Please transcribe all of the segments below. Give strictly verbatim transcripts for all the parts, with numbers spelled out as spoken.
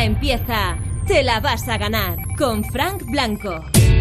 empieza Te la vas a ganar con Frank Blanco.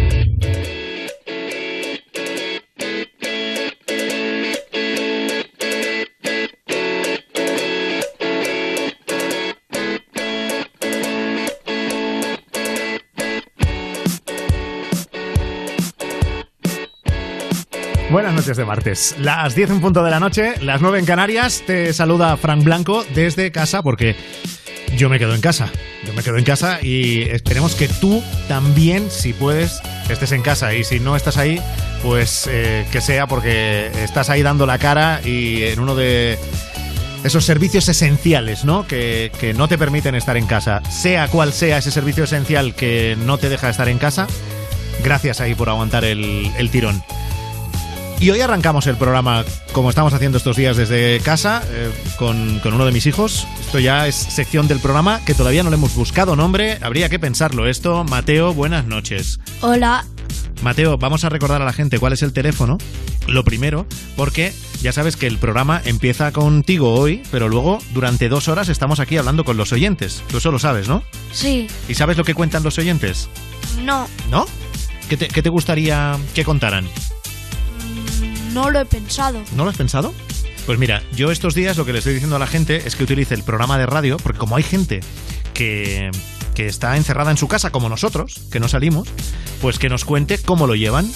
Buenas noches de martes, las diez en punto de la noche, las nueve en Canarias. Te saluda Frank Blanco desde casa porque yo me quedo en casa. Yo me quedo en casa y esperemos que tú también, si puedes, estés en casa. Y si no estás ahí, pues eh, que sea porque estás ahí dando la cara y en uno de esos servicios esenciales, ¿no? Que, que no te permiten estar en casa. Sea cual sea ese servicio esencial que no te deja estar en casa, gracias ahí por aguantar el, el tirón. Y hoy arrancamos el programa como estamos haciendo estos días desde casa, eh, con, con uno de mis hijos. Esto ya es sección del programa que todavía no le hemos buscado nombre, habría que pensarlo esto. Mateo, buenas noches. Hola. Mateo, vamos a recordar a la gente cuál es el teléfono, lo primero, porque ya sabes que el programa empieza contigo hoy, pero luego durante dos horas estamos aquí hablando con los oyentes. Tú eso lo sabes, ¿no? Sí. ¿Y sabes lo que cuentan los oyentes? No. ¿No? ¿Qué te, qué te gustaría que contaran? No lo he pensado. ¿No lo has pensado? Pues mira, yo estos días lo que le estoy diciendo a la gente es que utilice el programa de radio, porque como hay gente que, que está encerrada en su casa, como nosotros, que no salimos, pues que nos cuente cómo lo llevan,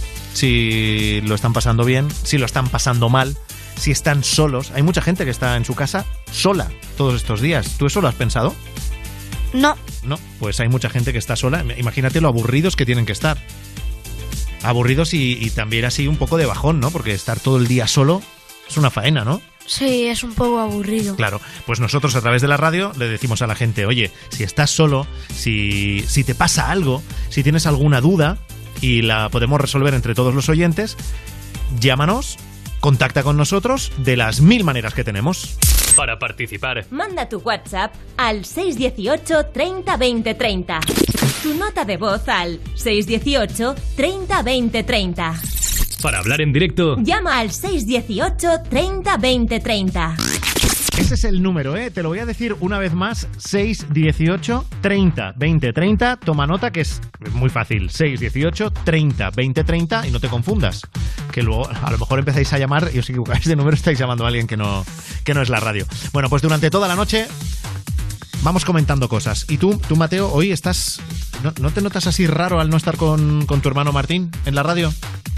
si lo están pasando bien, si lo están pasando mal, si están solos. Hay mucha gente que está en su casa sola todos estos días. ¿Tú eso lo has pensado? No. No, pues hay mucha gente que está sola. Imagínate lo aburridos que tienen que estar. Aburridos y, y también así un poco de bajón, ¿no? Porque estar todo el día solo es una faena, ¿no? Sí, es un poco aburrido. Claro, pues nosotros a través de la radio le decimos a la gente, oye, si estás solo, si, si te pasa algo, si tienes alguna duda y la podemos resolver entre todos los oyentes, llámanos, contacta con nosotros de las mil maneras que tenemos. Para participar, manda tu WhatsApp al seis uno ocho, treinta, veinte, treinta. Tu nota de voz al seis uno ocho, treinta, veinte, treinta. Para hablar en directo, llama al seis uno ocho, treinta, veinte, treinta. Ese es el número, ¿eh? Te lo voy a decir una vez más, seis uno ocho, treinta, veinte, treinta. Toma nota que es muy fácil, seis uno ocho, treinta, veinte, treinta y no te confundas, que luego a lo mejor empezáis a llamar y os equivocáis de número, estáis llamando a alguien que no, que no es la radio. Bueno, pues durante toda la noche vamos comentando cosas. Y tú, tú Mateo, hoy estás... ¿No, no te notas así raro al no estar con, con tu hermano Martín en la radio?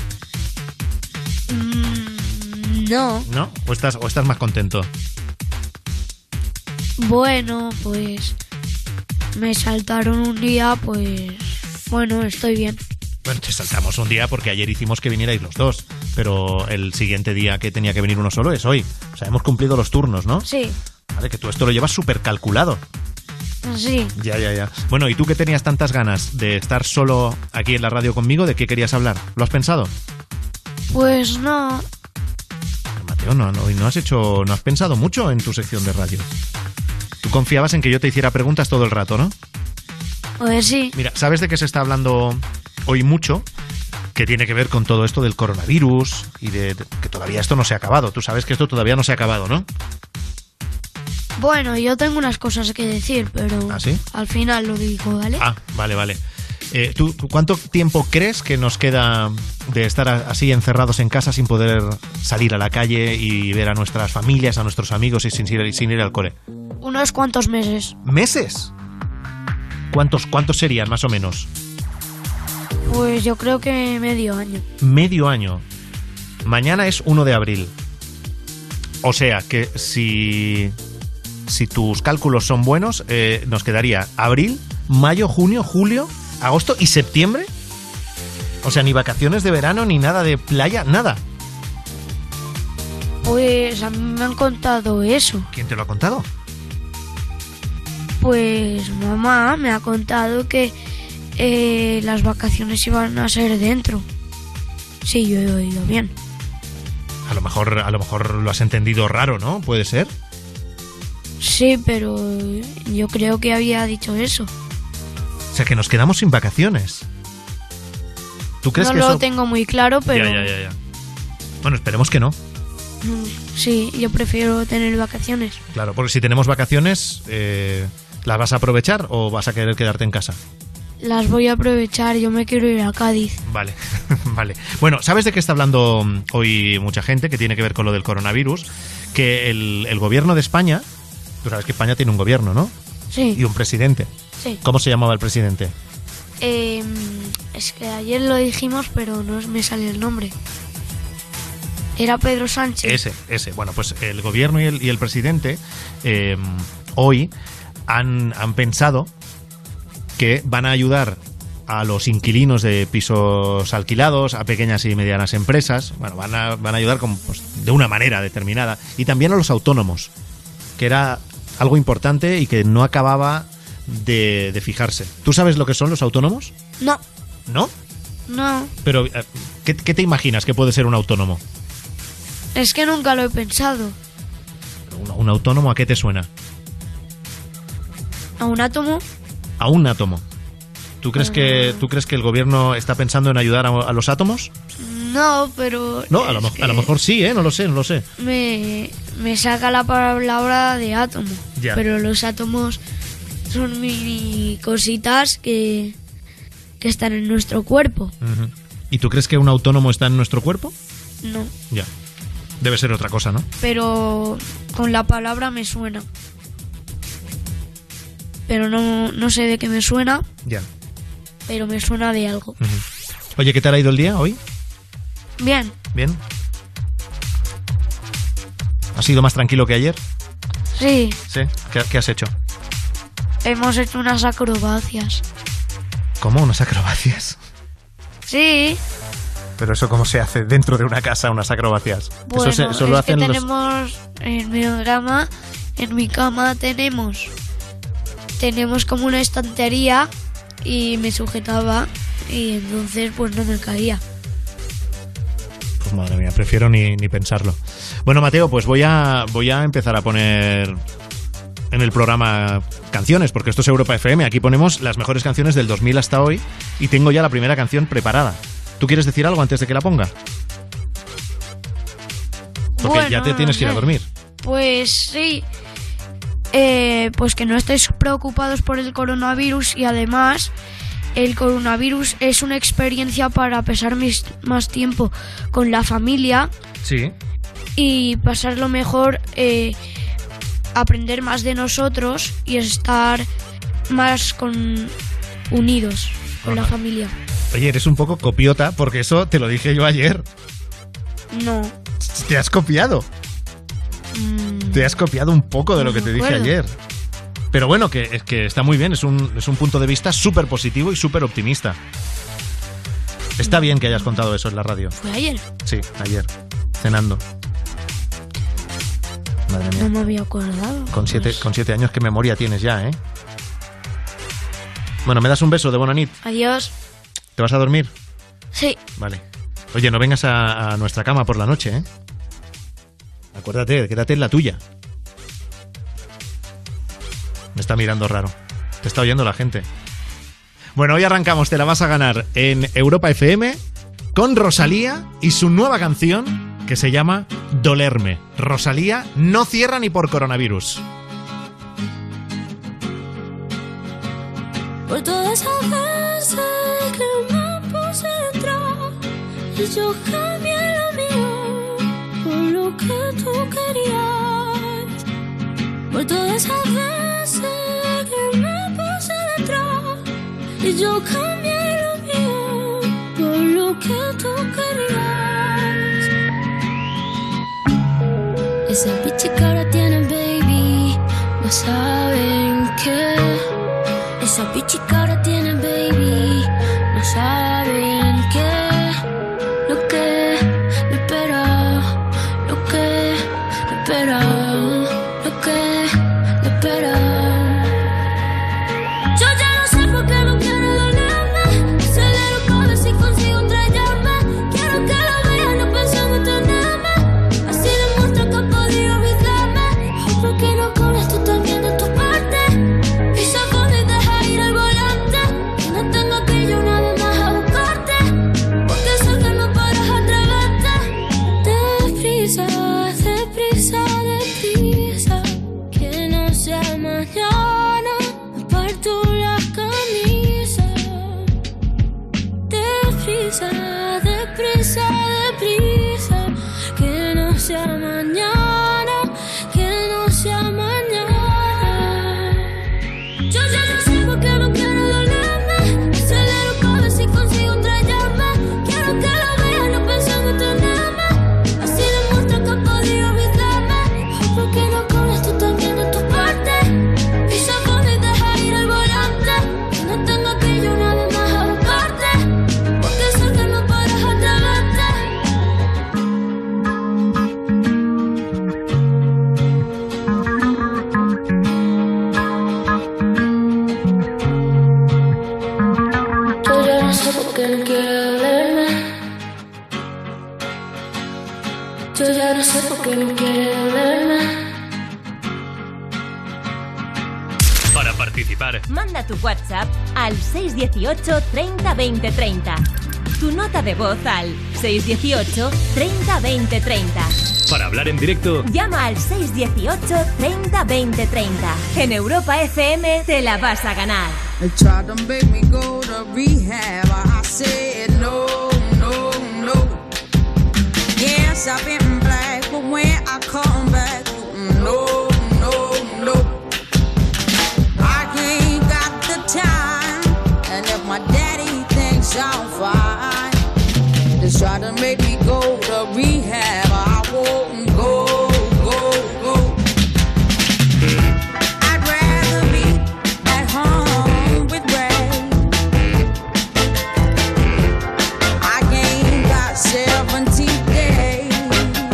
Mm, no. ¿No? ¿O estás, o estás más contento? Bueno, pues me saltaron un día, pues bueno, estoy bien. Bueno, te saltamos un día porque ayer hicimos que vinierais los dos, pero el siguiente día que tenía que venir uno solo es hoy. O sea, hemos cumplido los turnos, ¿no? Sí. Vale, que tú esto lo llevas súper calculado. Sí. Ya, ya, ya. Bueno, ¿y tú que tenías tantas ganas de estar solo aquí en la radio conmigo? ¿De qué querías hablar? ¿Lo has pensado? Pues no. Mateo, no, no, no has hecho, no has pensado mucho en tu sección de radio. Tú confiabas en que yo te hiciera preguntas todo el rato, ¿no? Pues sí. Mira, ¿sabes de qué se está hablando hoy mucho? Que tiene que ver con todo esto del coronavirus y de, de que todavía esto no se ha acabado. Tú sabes que esto todavía no se ha acabado, ¿no? Bueno, yo tengo unas cosas que decir, pero ¿Ah, sí? al final lo digo, ¿vale? Ah, vale, vale. Eh, ¿tú, tú cuánto tiempo crees que nos queda de estar así encerrados en casa sin poder salir a la calle y ver a nuestras familias, a nuestros amigos y sin ir, sin ir al cole? Unos cuantos meses. ¿Meses? ¿Cuántos, cuántos serían, más o menos? Pues yo creo que medio año. Medio año. Mañana es uno de abril. O sea que si, si tus cálculos son buenos, eh, nos quedaría abril, mayo, junio, julio, agosto y septiembre. O sea, ni vacaciones de verano, ni nada de playa, nada. Pues a mí me han contado eso. ¿Quién te lo ha contado? Pues mamá me ha contado que eh, las vacaciones iban a ser dentro. Sí, yo he oído bien. A lo mejor, a lo mejor lo has entendido raro, ¿no? ¿Puede ser? Sí, pero yo creo que había dicho eso. O sea, que nos quedamos sin vacaciones. ¿Tú crees no que lo eso... tengo muy claro, pero... Ya, ya, ya, ya. Bueno, esperemos que no. Sí, yo prefiero tener vacaciones. Claro, porque si tenemos vacaciones, eh, ¿Las vas a aprovechar o vas a querer quedarte en casa? Las voy a aprovechar, yo me quiero ir a Cádiz. Vale, vale. Bueno, ¿sabes de qué está hablando hoy mucha gente que tiene que ver con lo del coronavirus? Que el, el gobierno de España, tú sabes que España tiene un gobierno, ¿no? Sí. Y un presidente. Sí. ¿Cómo se llamaba el presidente? Eh, es que ayer lo dijimos, pero no me sale el nombre. Era Pedro Sánchez. Ese, ese. Bueno, pues el gobierno y el, y el presidente eh, hoy han, han pensado que van a ayudar a los inquilinos de pisos alquilados, a pequeñas y medianas empresas. Bueno, van a, van a ayudar con, pues, de una manera determinada. Y también a los autónomos, que era algo importante y que no acababa de, de fijarse. ¿Tú sabes lo que son los autónomos? No. ¿No? No. Pero, ¿qué, qué te imaginas que puede ser un autónomo? Es que nunca lo he pensado. ¿Un, un autónomo a qué te suena? ¿A un átomo? A un átomo. ¿Tú crees, uh, que, ¿tú crees que el gobierno está pensando en ayudar a, a los átomos? No, pero... No, a lo, a lo mejor sí, ¿eh? No lo sé, no lo sé. Me, me saca la palabra de átomo. Ya. Pero los átomos son mini cositas que, que están en nuestro cuerpo. Uh-huh. ¿Y tú crees que un autónomo está en nuestro cuerpo? No. Ya. Debe ser otra cosa, ¿no? Pero con la palabra me suena. Pero no, no sé de qué me suena. Ya. Pero me suena de algo. Uh-huh. Oye, ¿qué tal ha ido el día hoy? Bien. ¿Bien? ¿Ha sido más tranquilo que ayer? Sí. ¿Sí? ¿Qué, qué has hecho? Hemos hecho unas acrobacias. ¿Cómo? ¿Unas acrobacias? Sí. ¿Pero eso cómo se hace dentro de una casa, unas acrobacias? Bueno, eso, se, eso lo es que hacen tenemos los... en mi cama, en mi cama tenemos... Tenemos como una estantería y me sujetaba y entonces pues no me caía. Pues madre mía, prefiero ni, ni pensarlo. Bueno, Mateo, pues voy a, voy a empezar a poner en el programa canciones, porque esto es Europa F M. Aquí ponemos las mejores canciones del dos mil hasta hoy y tengo ya la primera canción preparada. ¿Tú quieres decir algo antes de que la ponga? Porque bueno, ya te tienes que ir a dormir. Pues sí. Eh, pues que no estéis preocupados por el coronavirus y además el coronavirus es una experiencia para pasar mis, más tiempo con la familia. Sí. Y pasarlo mejor, eh, aprender más de nosotros y estar más con, unidos con Ajá. la familia. Oye, eres un poco copiota porque eso te lo dije yo ayer. No. ¿Te has copiado? Mm, Te has copiado un poco de lo no que te me dije acuerdo. ayer. Pero bueno, que, es que está muy bien, es un, es un punto de vista súper positivo y súper optimista. Está bien que hayas contado eso en la radio. ¿Fue ayer? Sí, ayer, cenando. Madre mía. No me había acordado. Con siete, Pues, con siete años, qué memoria tienes ya, ¿eh? Bueno, ¿me das un beso de buena nit? Adiós. ¿Te vas a dormir? Sí. Vale. Oye, no vengas a, a nuestra cama por la noche, ¿eh? Acuérdate, quédate en la tuya. Me está mirando raro. Te está oyendo la gente. Bueno, hoy arrancamos, te la vas a ganar en Europa F M con Rosalía y su nueva canción que se llama Dolerme. Rosalía no cierra ni por coronavirus. Por todas esas veces que me puse detrás y yo cambié lo mío por lo que tú querías. Por todas esas veces que me puse detrás y yo cambié lo mío por lo que tú querías. Esa bicha que ahora tiene baby, no saben qué. Esa bicha que ahora tiene baby, no saben qué. Lo que me espera, lo que me espera, lo que me espera. Yo ya no sé por qué no quiero dolerme. Acelero para ver si consigo estrellarme. Quiero que lo veas, no pensando en tenerme. Así demuestra que he podido olvidarme. Porque no pones tú también de tu parte. Pisa fondo y deja ir al volante. Que no tengo que yo una vez más a buscar. deprisa, deprisa, que no sea mañana, que no sea mañana. Yo ya no sé por qué no quiero dolerme, acelero para ver si consigo otra llama. Quiero que lo veas, no pensando en tenerme, así demuestra que has podido olvidarme. ¿Por qué no corres tú también de tu parte? Pisa fondo y deja ir el volante, que no tengo que yo nada más aparte, porque sé que no paras atreverte. Yo ya no sé por qué no quiero dolerme. Yo ya no sé por qué no quiero dolerme. Para participar, Manda tu WhatsApp al seis dieciocho treinta veinte treinta. Tu nota de voz al seis dieciocho treinta veinte treinta. para hablar en directo, Llama al seis dieciocho treinta veinte treinta. En Europa F M te la vas a ganar. They tried to make me go to rehab. I said no, no, no. Yes, I've been black, but when I come back, no, no, no. I ain't got the time, and if my daddy thinks I'm fine, they try to make me go to rehab. I won't go, go, go. I'd rather be at home with Ray. I ain't got seventeen days.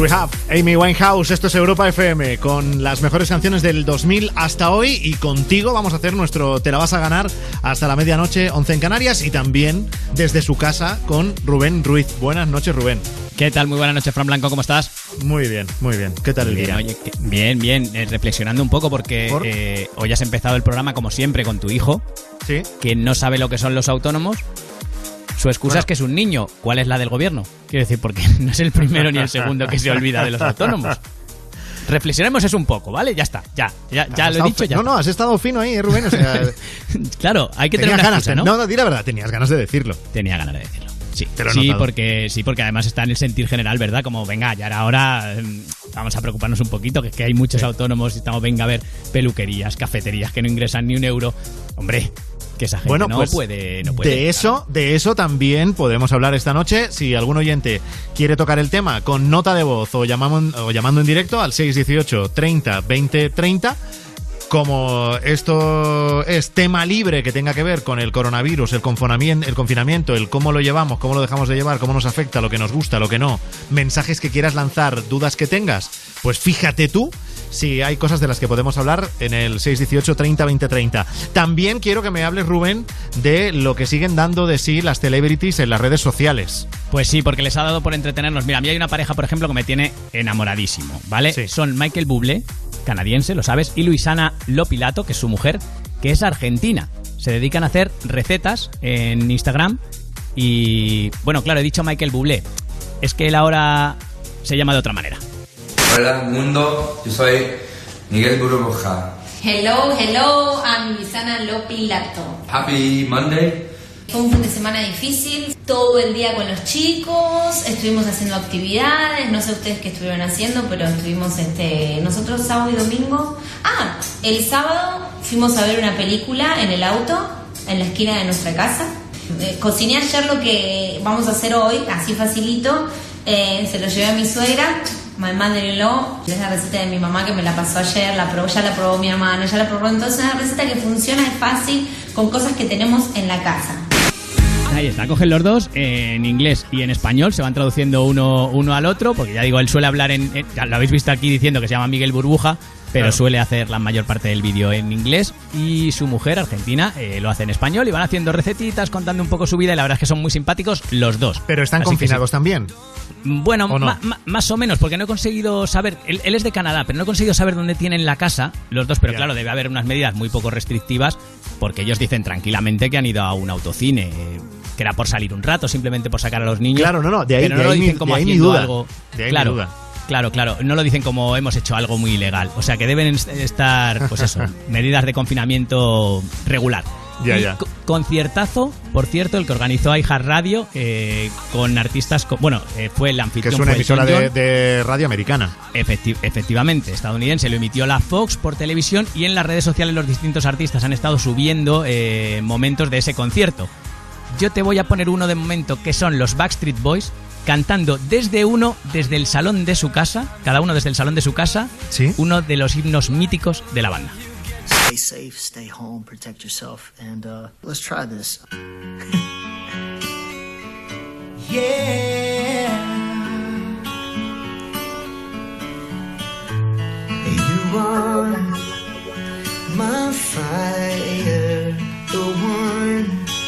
Rehab, Amy Winehouse, esto es Europa F M, con las mejores canciones del dos mil hasta hoy, y contigo vamos a hacer nuestro Te la vas a ganar hasta la medianoche, once en Canarias, y también desde su casa con Rubén Ruiz. Buenas noches, Rubén. ¿Qué tal? Muy buenas noches, Fran Blanco, ¿cómo estás? Muy bien, muy bien. ¿Qué tal el bien, día? Oye, que, bien, bien, eh, reflexionando un poco porque ¿Por? eh, hoy has empezado el programa como siempre con tu hijo, Sí. que no sabe lo que son los autónomos. Su excusa Bueno. es que es un niño. ¿Cuál es la del gobierno? Quiero decir, porque no es el primero ni el segundo que se olvida de los autónomos. Reflexionemos eso un poco, ¿vale? Ya está, ya, ya, ya Has lo he estado dicho, fi- ya. No, no, has estado fino ahí, ¿eh, Rubén? O sea, Claro, hay que tener tenías una ganas, excusa, ¿no? no, no, di la verdad, tenías ganas de decirlo. Tenía ganas de decirlo. Sí, Te lo he sí, notado. porque, sí, porque además está en el sentir general, ¿verdad? Como, venga, ya era hora, eh, vamos a preocuparnos un poquito, que es que hay muchos Sí. autónomos y estamos, venga, a ver, peluquerías, cafeterías que no ingresan ni un euro. Hombre, que esa gente Bueno, no, pues puede, no puede. de eso, de eso también podemos hablar esta noche. Si algún oyente quiere tocar el tema con nota de voz o, llamamos, o llamando en directo al seis dieciocho treinta veinte treinta. Como esto es tema libre que tenga que ver con el coronavirus, el confinamiento, el confinamiento, el cómo lo llevamos, cómo lo dejamos de llevar, cómo nos afecta, lo que nos gusta, lo que no, mensajes que quieras lanzar, dudas que tengas, pues fíjate tú si hay cosas de las que podemos hablar en el seis dieciocho treinta veinte treinta. También quiero que me hables, Rubén, de lo que siguen dando de sí las celebrities en las redes sociales. Pues sí, porque les ha dado por entretenernos. Mira, a mí hay una pareja, por ejemplo, que me tiene enamoradísimo, ¿vale? Sí. Son Michael Bublé, canadiense, lo sabes, y Luisana Lopilato, que es su mujer, que es argentina. Se dedican a hacer recetas en Instagram y... Bueno, claro, he dicho Michael Bublé. Es que él ahora se llama de otra manera. Hola mundo, yo soy Miguel Burbuja. Hello, hello, I'm Luisana Lopilato. Happy Monday. Fue un fin de semana difícil, todo el día con los chicos, estuvimos haciendo actividades, no sé ustedes qué estuvieron haciendo, pero estuvimos este, nosotros sábado y domingo. Ah, el sábado fuimos a ver una película en el auto, en la esquina de nuestra casa. Eh, cociné ayer lo que vamos a hacer hoy, así facilito, eh, se lo llevé a mi suegra. My mother-in-law, es la receta de mi mamá que me la pasó ayer, la probó, ya la probó mi hermano, ya la probó, entonces es una receta que funciona, es fácil, con cosas que tenemos en la casa. Ahí está, cogen los dos en inglés y en español, se van traduciendo uno, uno al otro, porque ya digo, él suele hablar en, en... ya lo habéis visto aquí diciendo que se llama Miguel Burbuja, pero Claro. suele hacer la mayor parte del vídeo en inglés, y su mujer, argentina, eh, lo hace en español, y van haciendo recetitas, contando un poco su vida, y la verdad es que son muy simpáticos los dos. Pero están Así que confinados sí. también. Bueno, ¿O no? ma- ma- más o menos, porque no he conseguido saber, él, él es de Canadá, pero no he conseguido saber dónde tienen la casa los dos, pero Ya. claro, debe haber unas medidas muy poco restrictivas, porque ellos dicen tranquilamente que han ido a un autocine, eh, que era por salir un rato, simplemente por sacar a los niños. Claro, no, no, de ahí- pero de no lo ahí mi- dicen como de ahí mi haciendo duda. algo. De ahí mi claro, duda. claro, claro, no lo dicen como hemos hecho algo muy ilegal, o sea que deben est- estar, pues eso, medidas de confinamiento regular. Ya, Y ya. co- conciertazo, por cierto, el que organizó iHeart Radio eh, con artistas, co- bueno, eh, fue el Que anfitrión, es una fue emisora Elton de, John. de radio americana. Efecti- efectivamente, estadounidense, lo emitió la Fox por televisión, y en las redes sociales los distintos artistas han estado subiendo eh, momentos de ese concierto. Yo te voy a poner uno de momento, que son los Backstreet Boys cantando desde uno, desde el salón de su casa, cada uno desde el salón de su casa, Sí. uno de los himnos míticos de la banda. Stay safe, stay home, protect yourself, and uh, let's try this. Yeah. You are my fire, the one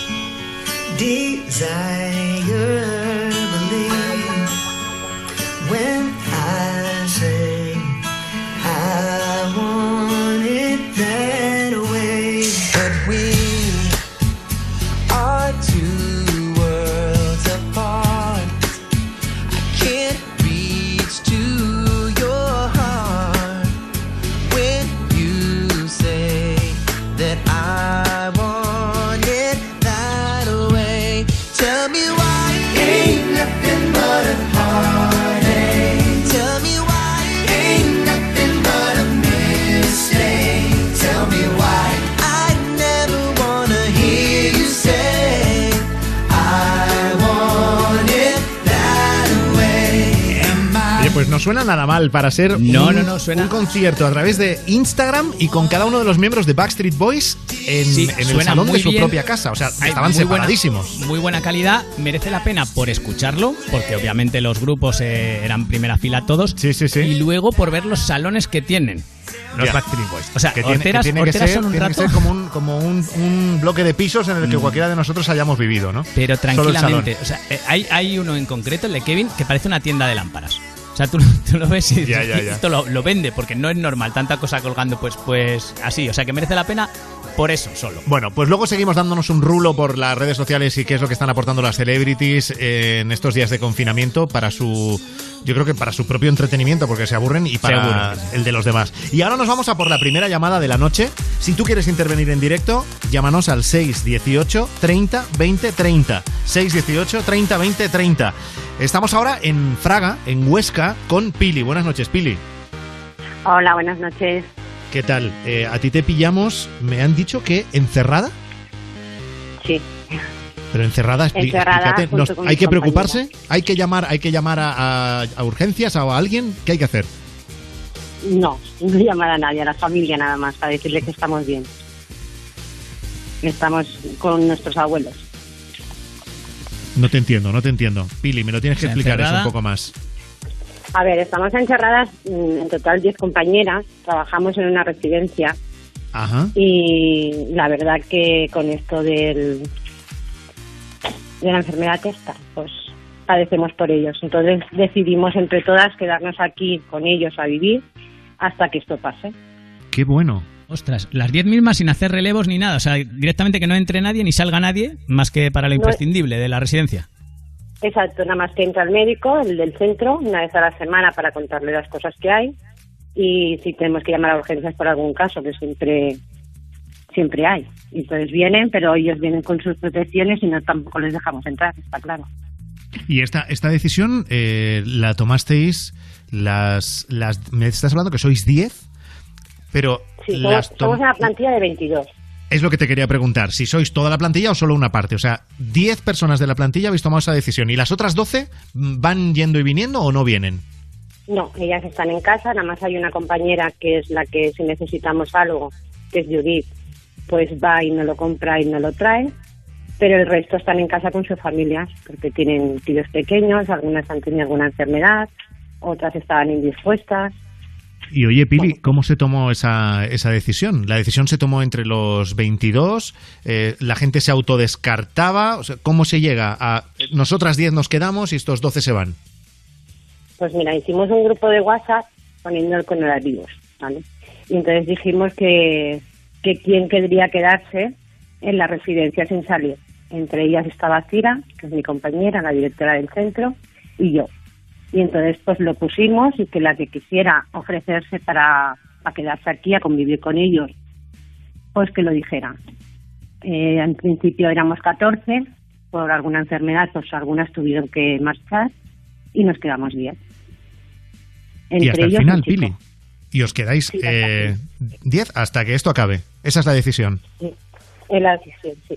desire. Believe when I say I want it that way. But we are two worlds apart. Pues no suena nada mal para ser no, un, no, no, suena... un concierto a través de Instagram y con cada uno de los miembros de Backstreet Boys en, sí, en el salón de su bien. propia casa. O sea, Hay estaban muy separadísimos. Buena, muy buena calidad. Merece la pena por escucharlo, porque obviamente los grupos eh, eran primera fila todos. Sí, sí, sí. Y luego por ver los salones que tienen los Ya. Backstreet Boys. O sea, que tiene, Horteras, que, tiene que Horteras ser, son un tiene que rato... ser como, un, como un, un bloque de pisos en el que Mm. cualquiera de nosotros hayamos vivido, ¿no? Pero Solo el salón. tranquilamente. O sea, eh, hay, hay uno en concreto, el de Kevin, que parece una tienda de lámparas. O sea, tú, tú lo ves y dices, Ya, ya, ya. esto lo, lo vende, porque no es normal tanta cosa colgando pues, pues así. O sea, que merece la pena por eso solo. Bueno, pues luego seguimos dándonos un rulo por las redes sociales y qué es lo que están aportando las celebrities eh, en estos días de confinamiento para su... Yo creo que para su propio entretenimiento, porque se aburren, y para Seguro. el de los demás. Y ahora nos vamos a por la primera llamada de la noche. Si tú quieres intervenir en directo, llámanos al seis dieciocho, treinta, veinte, treinta. seis dieciocho, treinta, veinte, treinta. Estamos ahora en Fraga, en Huesca, con Pili. Buenas noches, Pili. Hola, buenas noches. ¿Qué tal? Eh, a ti te pillamos, me han dicho que encerrada. Sí. Pero encerrada, expli- Encerrada explícate. junto Nos- con ¿Hay mis que preocuparse? compañeras. ¿Hay que llamar, hay que llamar a, a- a urgencias o a alguien? ¿Qué hay que hacer? No, no llamar a nadie, a la familia nada más, para decirle que estamos bien. Estamos con nuestros abuelos. No te entiendo, no te entiendo. Pili, me lo tienes que O sea, explicar eso encerrada. un poco más. A ver, estamos encerradas, mm, en total diez compañeras, trabajamos en una residencia Ajá. y la verdad que con esto del de la enfermedad esta, pues padecemos por ellos. Entonces decidimos entre todas quedarnos aquí con ellos a vivir hasta que esto pase. Qué bueno. Ostras, las diez mismas sin hacer relevos ni nada. O sea, directamente que no entre nadie ni salga nadie, más que para lo No- imprescindible de la residencia. Exacto, nada más que entra el médico, el del centro, una vez a la semana para contarle las cosas que hay y si tenemos que llamar a urgencias por algún caso, que siempre siempre hay. Entonces vienen, pero ellos vienen con sus protecciones y no tampoco les dejamos entrar, está claro. Y esta, esta decisión eh, la tomasteis las, las... Me estás hablando que sois diez, pero Sí, las somos, tom- somos una plantilla de veintidós. Es lo que te quería preguntar, si sois toda la plantilla o solo una parte. O sea, diez personas de la plantilla habéis tomado esa decisión y las otras doce van yendo y viniendo o no vienen. No, ellas están en casa, nada más hay una compañera que es la que si necesitamos algo, que es Judith, pues va y no lo compra y no lo trae, pero el resto están en casa con sus familias, porque tienen tíos pequeños, algunas han tenido alguna enfermedad, otras estaban indispuestas. Y oye, Pili, ¿cómo se tomó esa, esa decisión? ¿La decisión se tomó entre los veintidós? Eh, ¿La gente se autodescartaba? O sea, ¿cómo se llega a... Nosotras diez nos quedamos y estos doce se van? Pues mira, hicimos un grupo de WhatsApp poniendo el coronavirus, ¿vale? Y entonces dijimos que, que quién querría quedarse en la residencia sin salir. Entre ellas estaba Cira, que es mi compañera, la directora del centro, y yo. Y entonces pues lo pusimos y que la que quisiera ofrecerse para, para quedarse aquí a convivir con ellos, pues que lo dijera. Eh, en principio éramos catorce, por alguna enfermedad pues algunas tuvieron que marchar y nos quedamos diez. Y hasta el ellos final, un chico. Pili. Y os quedáis Sí, hasta eh, diez hasta que esto acabe. Esa es la decisión. Sí, es la decisión, sí.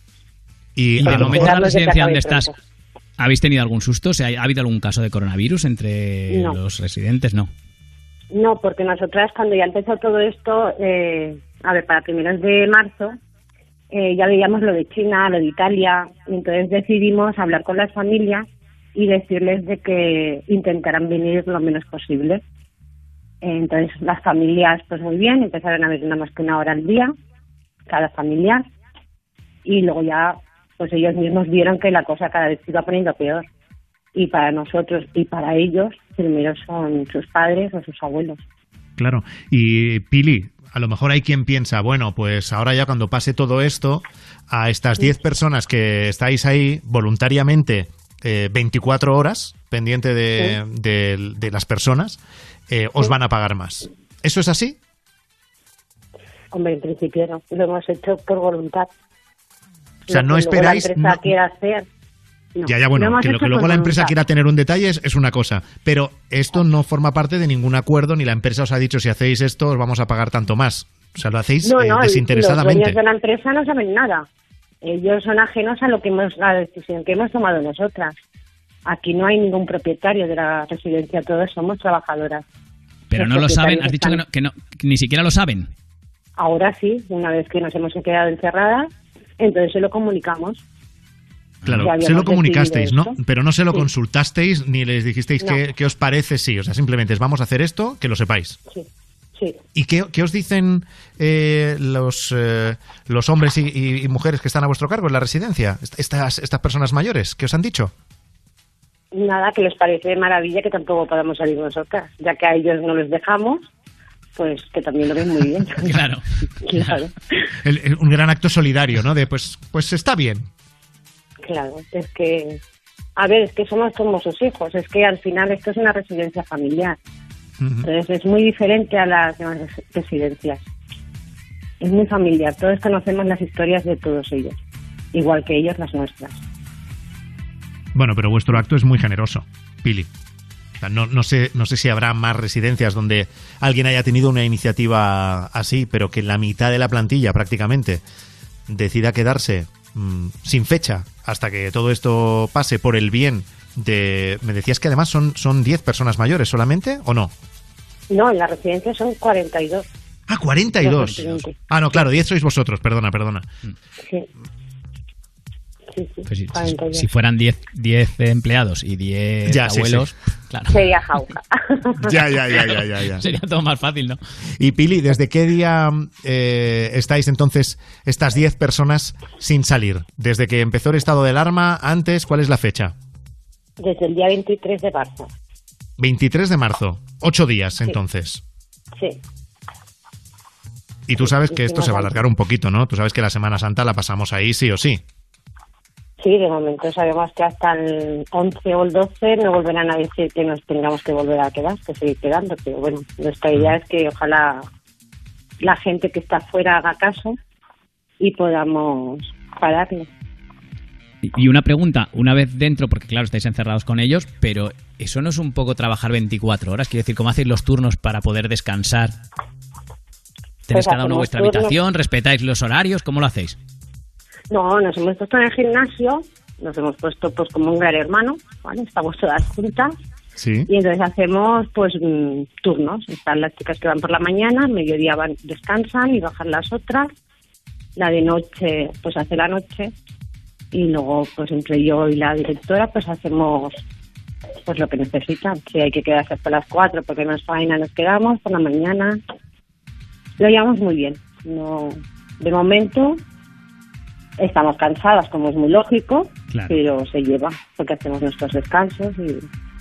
Y Y a de lo momento mejor... la Esperamos que residencia acabe donde estás, pronto. ¿habéis tenido algún susto? O sea, ¿ha habido algún caso de coronavirus entre No. los residentes? No. No, porque nosotras cuando ya empezó todo esto, eh, a ver, para primeros de marzo, eh, ya veíamos lo de China, lo de Italia, y entonces decidimos hablar con las familias y decirles de que intentaran venir lo menos posible. Eh, entonces las familias, pues muy bien, empezaron a venir nada más que una hora al día, cada familiar, y luego ya, pues ellos mismos vieron que la cosa cada vez se iba poniendo peor. Y para nosotros y para ellos, primero son sus padres o sus abuelos. Claro. Y Pili, a lo mejor hay quien piensa, bueno, pues ahora ya cuando pase todo esto, a estas diez personas que estáis ahí voluntariamente eh, veinticuatro horas pendiente de, Sí. de- de las personas, eh, os Sí. van a pagar más. ¿Eso es así? Hombre, en principio no, lo hemos hecho por voluntad. O sea, Lo no que luego esperáis- la empresa no- quiera hacer. no. Ya, ya, bueno, hemos que lo hecho que luego por la empresa voluntad. quiera tener un detalle es, es una cosa, pero esto no forma parte de ningún acuerdo, ni la empresa os ha dicho si hacéis esto os vamos a pagar tanto más. O sea, lo hacéis No, eh, no, el- los desinteresadamente. dueños de la empresa no saben nada. Ellos son ajenos a lo que hemos, la decisión que hemos tomado nosotras. Aquí no hay ningún propietario de la residencia, todos somos trabajadoras. Pero Los no lo saben, propietarios has dicho que, no, que, no, que ni siquiera lo saben. Ahora sí, una vez que nos hemos quedado encerradas, entonces se lo comunicamos. Claro, Ya se lo habíamos comunicasteis, ¿no? decidido esto. Pero no se lo Sí. consultasteis ni les dijisteis No. qué, qué os parece, sí. O sea, simplemente es vamos a hacer esto, que lo sepáis. Sí, sí. ¿Y qué, qué os dicen eh, los, eh, los hombres y, y- y mujeres que están a vuestro cargo en la residencia? Est- Estas, estas personas mayores, ¿qué os han dicho? Nada, que les parece de maravilla que tampoco podamos salir nosotras, ya que a ellos no les dejamos, pues que también lo ven muy bien. Claro. Claro, El- el- un gran acto solidario, ¿no? De pues, pues está bien. claro, es que, a ver, es que somos como sus hijos, es que al final esto es una residencia familiar, entonces es muy diferente a las demás res- residencias, es muy familiar, todos conocemos las historias de todos ellos, igual que ellos las nuestras. Bueno, pero vuestro acto es muy generoso, Pili. O sea, no, no sé, no sé si habrá más residencias donde alguien haya tenido una iniciativa así, pero que la mitad de la plantilla prácticamente decida quedarse mmm, sin fecha hasta que todo esto pase por el bien de... Me decías que además son son diez personas mayores solamente, ¿o no? No, en la residencia son cuarenta y dos. Ah, cuarenta y dos. Los residentes. Ah, no, claro, diez sois vosotros, perdona, perdona. Sí. Sí, sí, Pues si, cuarenta y dos. si fueran diez empleados y diez Ya, sí, abuelos, sí. claro. Sería jauja. Ya, ya, ya, ya, ya, ya. Sería todo más fácil, ¿no? Y Pili, ¿desde qué día eh, estáis entonces estas diez personas sin salir? ¿Desde que empezó el estado de alarma? ¿Antes? ¿Cuál es la fecha? Desde el día veintitrés de marzo. veintitrés de marzo. Ocho días, entonces. Sí. Y tú sabes que sí, esto sí, se va a no, alargar un poquito, ¿no? Tú sabes que la Semana Santa la pasamos ahí sí o sí. Sí, de momento sabemos que hasta el once o el doce no volverán a decir que nos tengamos que volver a quedar, que seguir quedando, pero bueno, nuestra idea es que ojalá la gente que está afuera haga caso y podamos pararlo. Y una pregunta, una vez dentro, porque claro, estáis encerrados con ellos, pero ¿eso no es un poco trabajar veinticuatro horas? Quiero decir, ¿cómo hacéis los turnos para poder descansar? ¿Tenéis Pues cada uno hacemos vuestra turnos. habitación? ¿Respetáis los horarios? ¿Cómo lo hacéis? No, nos hemos puesto en el gimnasio, nos hemos puesto pues como un gran hermano, ¿vale? Estamos todas juntas. Sí. Y entonces hacemos pues mm, turnos. Están las chicas que van por la mañana, al mediodía van, descansan y bajan las otras. La de noche pues hace la noche y luego pues entre yo y la directora pues hacemos pues lo que necesitan. Si hay que quedarse hasta las cuatro porque no es faena, nos quedamos por la mañana. Lo llevamos muy bien. No, de momento estamos cansadas, como es muy lógico, Claro. pero se lleva porque hacemos nuestros descansos y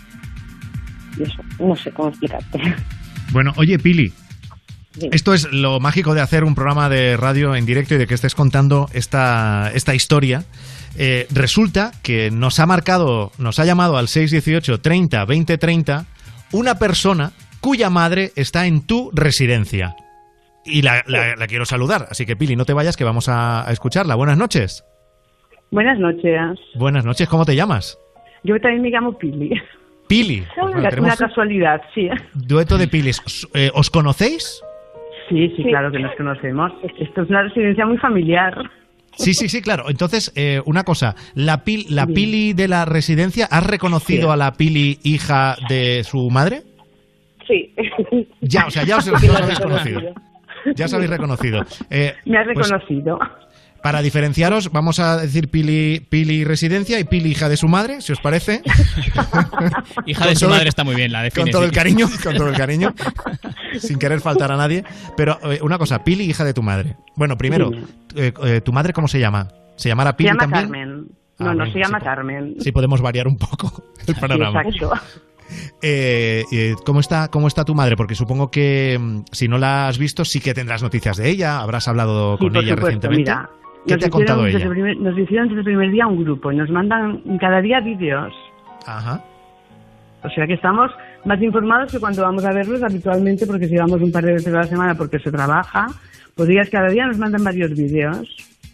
y eso, no sé cómo explicarte. Bueno, oye, Pili, Sí. esto es lo mágico de hacer un programa de radio en directo y de que estés contando esta, esta historia. Eh, resulta que nos ha marcado, nos ha llamado al seis dieciocho treinta veinte treinta una persona cuya madre está en tu residencia. Y la, la- la quiero saludar, así que Pili, no te vayas que vamos a, a escucharla. Buenas noches. Buenas noches. Buenas noches, ¿cómo te llamas? Yo también me llamo Pili. Pili. Pues bueno, Una tenemos casualidad, sí. dueto de Pilis. ¿Os, eh, ¿os conocéis? Sí, sí, claro que nos conocemos. Esto es una residencia muy familiar. Sí, sí, sí, claro. Entonces, eh, una cosa, la, pil, la Pili de la residencia, ¿has reconocido Sí. a la Pili hija de su madre? Sí. Ya, o sea, ya os, Sí, ya os lo he habéis conocido. Ya os habéis reconocido. Eh, Me has pues, reconocido. para diferenciaros, vamos a decir Pili, Pili residencia y Pili hija de su madre, si os parece. Hija Con de su todo el- madre está muy bien, la Con define. todo el sí. cariño, con todo el cariño, sin querer faltar a nadie. Pero eh, una cosa, Pili, hija de tu madre. Bueno, primero, Dime. eh, eh, ¿tu madre cómo se llama? ¿Se llamará Se Pili llama también? Carmen. Ah, No, no, bueno, se llama sí, Carmen. Sí, podemos variar un poco el panorama. Exacto. Eh, eh, ¿cómo está, ¿Cómo está tu madre? Porque supongo que mm, si no la has visto, sí que tendrás noticias de ella. Habrás hablado Sí, con por ella supuesto, recientemente. mira. ¿Qué nos te ha hicieron contado desde ella? el primer- nos hicieron desde el primer día un grupo y nos mandan cada día vídeos. Ajá. O sea que estamos más informados que cuando vamos a verlos habitualmente, porque si vamos un par de veces a la semana porque se trabaja, pues ellas cada día nos mandan varios vídeos.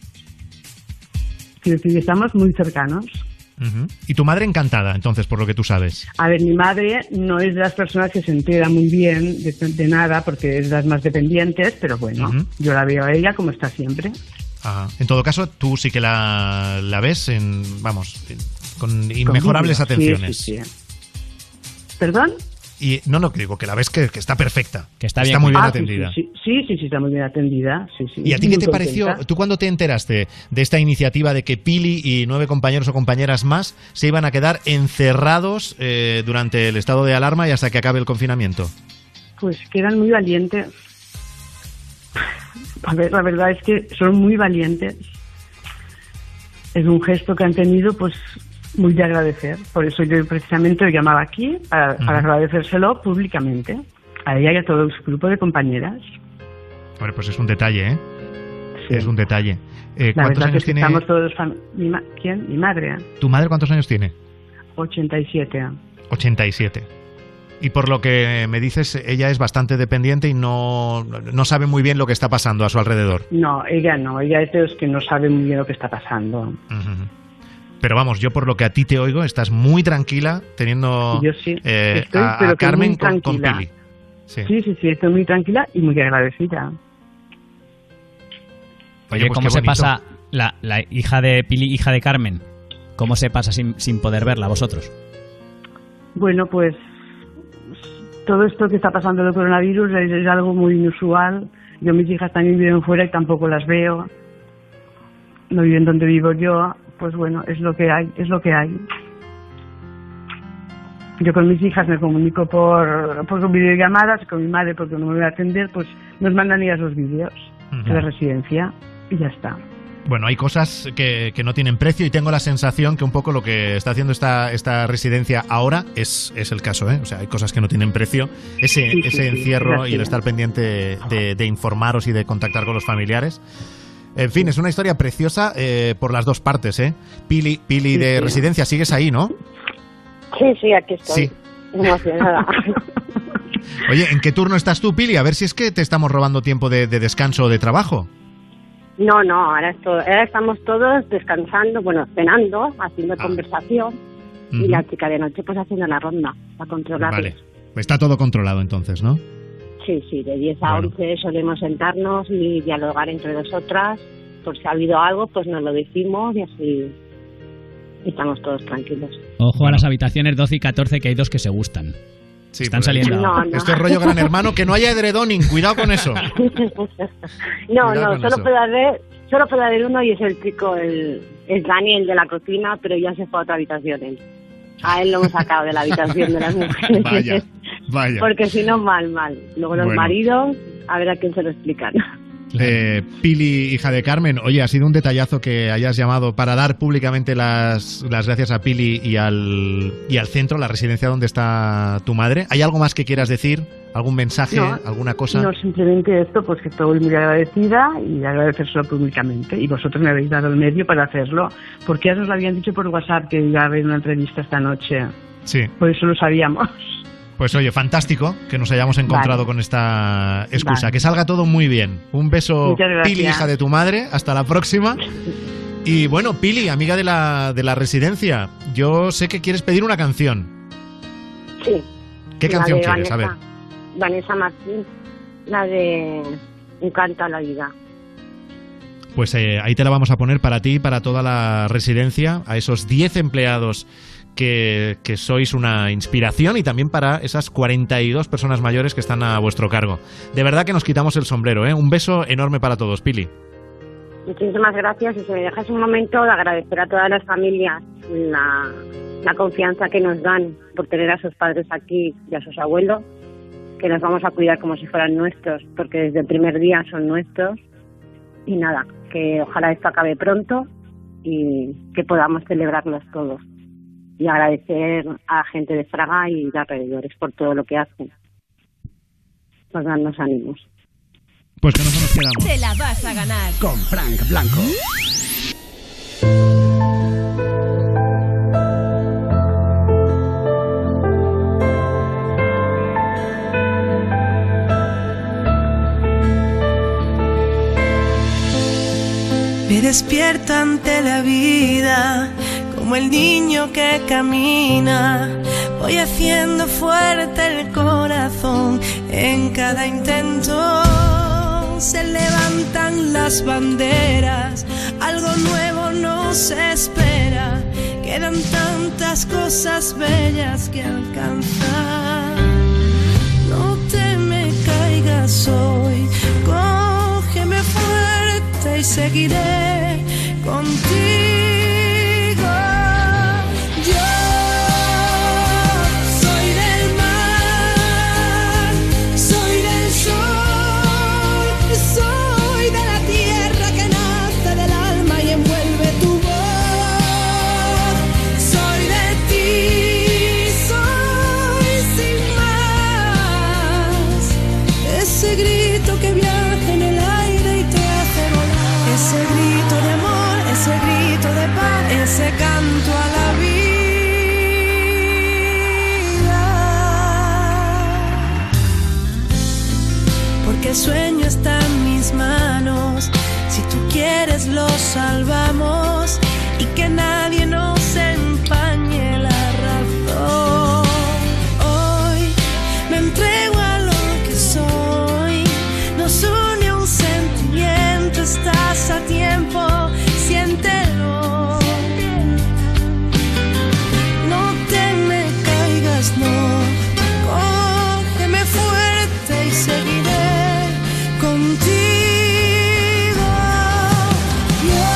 Quiero decir, estamos muy cercanos. Ujú. Y tu madre encantada, entonces, por lo que tú sabes. A ver, mi madre no es de las personas que se entera muy bien de, de nada, porque es de las más dependientes, pero bueno, Ujú. yo la veo a ella como está siempre. Ajá. En todo caso, tú sí que la, la ves en, vamos, en- con inmejorables vídeo. atenciones. Sí, sí, sí. ¿Perdón? Y no, no, digo que la ves que, que está perfecta. Que está, está bien. muy bien Ah, atendida. Sí sí, sí, sí, sí, está muy bien atendida. Sí, sí. ¿Y a ti Muy qué te contenta. pareció? ¿Tú cuándo te enteraste de esta iniciativa de que Pili y nueve compañeros o compañeras más se iban a quedar encerrados eh, durante el estado de alarma y hasta que acabe el confinamiento? Pues que eran muy valientes. A ver, la verdad es que son muy valientes. Es un gesto que han tenido, pues, muy de agradecer. Por eso yo precisamente lo llamaba aquí, para, para agradecérselo públicamente. A ella y a todo su grupo de compañeras. Bueno, pues es un detalle, ¿eh? Sí. Es un detalle. Eh, La ¿Cuántos verdad años es que tiene estamos todos... fam- Mi ma- ¿Quién? Mi madre. tu madre? ¿Cuántos años tiene? ochenta y siete. ochenta y siete. Y por lo que me dices, ella es bastante dependiente y no, no sabe muy bien lo que está pasando a su alrededor. No, ella no. Ella es de los que no sabe muy bien lo que está pasando. Ujú. Pero vamos, yo por lo que a ti te oigo, estás muy tranquila teniendo Yo sí, eh, estoy, a, pero a que Carmen muy con, con tranquila. Pili. Sí. Sí, sí, sí, estoy muy tranquila y muy agradecida. Oye, pues ¿cómo qué se bonito. pasa la, la hija de Pili, hija de Carmen? ¿Cómo se pasa sin, sin poder verla vosotros? Bueno, pues todo esto que está pasando del coronavirus es, es algo muy inusual. Yo, mis hijas también viven fuera y tampoco las veo. No viven donde vivo yo. Pues bueno, es lo que hay, es lo que hay. Yo con mis hijas me comunico por, por videollamadas, con mi madre porque no me voy a atender, pues nos mandan ellas los vídeos de la residencia y ya está. Bueno, hay cosas que, que no tienen precio y tengo la sensación que un poco lo que está haciendo esta, esta residencia ahora es, es el caso, ¿eh? O sea, hay cosas que no tienen precio. Ese, Sí, sí, ese sí, encierro es así. y el estar pendiente de, de informaros y de contactar con los familiares. En fin, es una historia preciosa eh, por las dos partes, ¿eh? Pili, Pili Sí, de sí. residencia, sigues ahí, ¿no? Sí, sí, aquí estoy. Sí. Emocionada. Oye, ¿en qué turno estás tú, Pili? A ver si es que te estamos robando tiempo de, de descanso o de trabajo. No, no, ahora, esto, ahora estamos todos descansando, bueno, cenando, haciendo conversación y Ujú. la chica de noche pues haciendo la ronda para controlarles. Vale. Está todo controlado entonces, ¿no? Sí, sí, de diez a Bueno. once solemos sentarnos y dialogar entre nosotras. Por si ha habido algo, pues nos lo decimos y así estamos todos tranquilos. Ojo a las habitaciones doce y catorce, que hay dos que se gustan. Sí, Están pues, saliendo. No, no. Esto es rollo Gran Hermano, que no haya edredoning, cuidado con eso. no, Cuidado no, con solo eso. puede haber, solo puede haber uno y es el chico, el, es Daniel de la cocina, pero ya se fue a otra habitación él. A él lo hemos sacado de la habitación de las mujeres. Vaya, vaya. Porque si no, mal, mal. Luego los Bueno. maridos, a ver a quién se lo explican. Eh, Pili, hija de Carmen, oye, ha sido un detallazo que hayas llamado para dar públicamente las, las gracias a Pili y al, y al centro, la residencia donde está tu madre. ¿Hay algo más que quieras decir? ¿Algún mensaje? No, ¿Alguna cosa? No, simplemente esto, pues que estoy muy agradecida y agradecérselo públicamente. Y vosotros me habéis dado el medio para hacerlo, porque ya nos lo habían dicho por WhatsApp que iba a haber una entrevista esta noche. Sí. Por eso lo sabíamos. Pues oye, fantástico que nos hayamos encontrado Vale. con esta excusa. Vale. Que salga todo muy bien. Un beso, Muchas gracias. Pili, hija de tu madre. Hasta la próxima. Y bueno, Pili, amiga de la, de la residencia, yo sé que quieres pedir una canción. Sí. ¿Qué La canción de quieres? A ver. Vanessa, Vanessa Martín, la de Encanta la vida. Pues eh, ahí te la vamos a poner para ti y para toda la residencia, a esos diez empleados que, que sois una inspiración y también para esas cuarenta y dos personas mayores que están a vuestro cargo. De verdad que nos quitamos el sombrero, ¿eh? Un beso enorme para todos, Pili. Muchísimas gracias y si me dejas un momento de agradecer a todas las familias la, la confianza que nos dan por tener a sus padres aquí y a sus abuelos, que los vamos a cuidar como si fueran nuestros, porque desde el primer día son nuestros. Y nada, que ojalá esto acabe pronto y que podamos celebrarlos todos. Y agradecer a la gente de Fraga y de alrededores por todo lo que hacen. Por darnos ánimos. Pues que no se nos quedamos. Te la vas a ganar con Frank Blanco. Me despierto ante la vida como el niño que camina. Voy haciendo fuerte el corazón en cada intento. Se levantan las banderas, algo nuevo nos espera. Quedan tantas cosas bellas que alcanzar. No te me caigas hoy, cógeme fuerte y seguiré contigo. Ese canto a la vida, porque el sueño está en mis manos. Si tú quieres lo salvamos y que nadie nos empañe la razón. Hoy me entrego a lo que soy, nos une un sentimiento, estás a tiempo, siéntelo. No, cógeme fuerte y seguiré contigo. Yo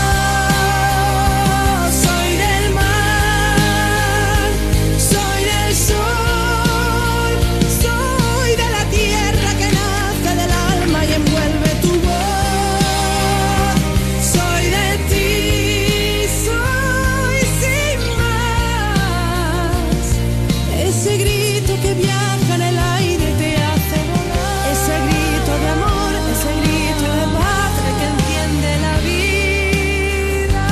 soy del mar, soy del sol, soy de la tierra que nace del alma y envuelve tu voz. Soy de ti, soy sin más. Ese grito que viaja en el aire y te hace volar. Ese grito de amor, ese grito de paz que enciende la vida.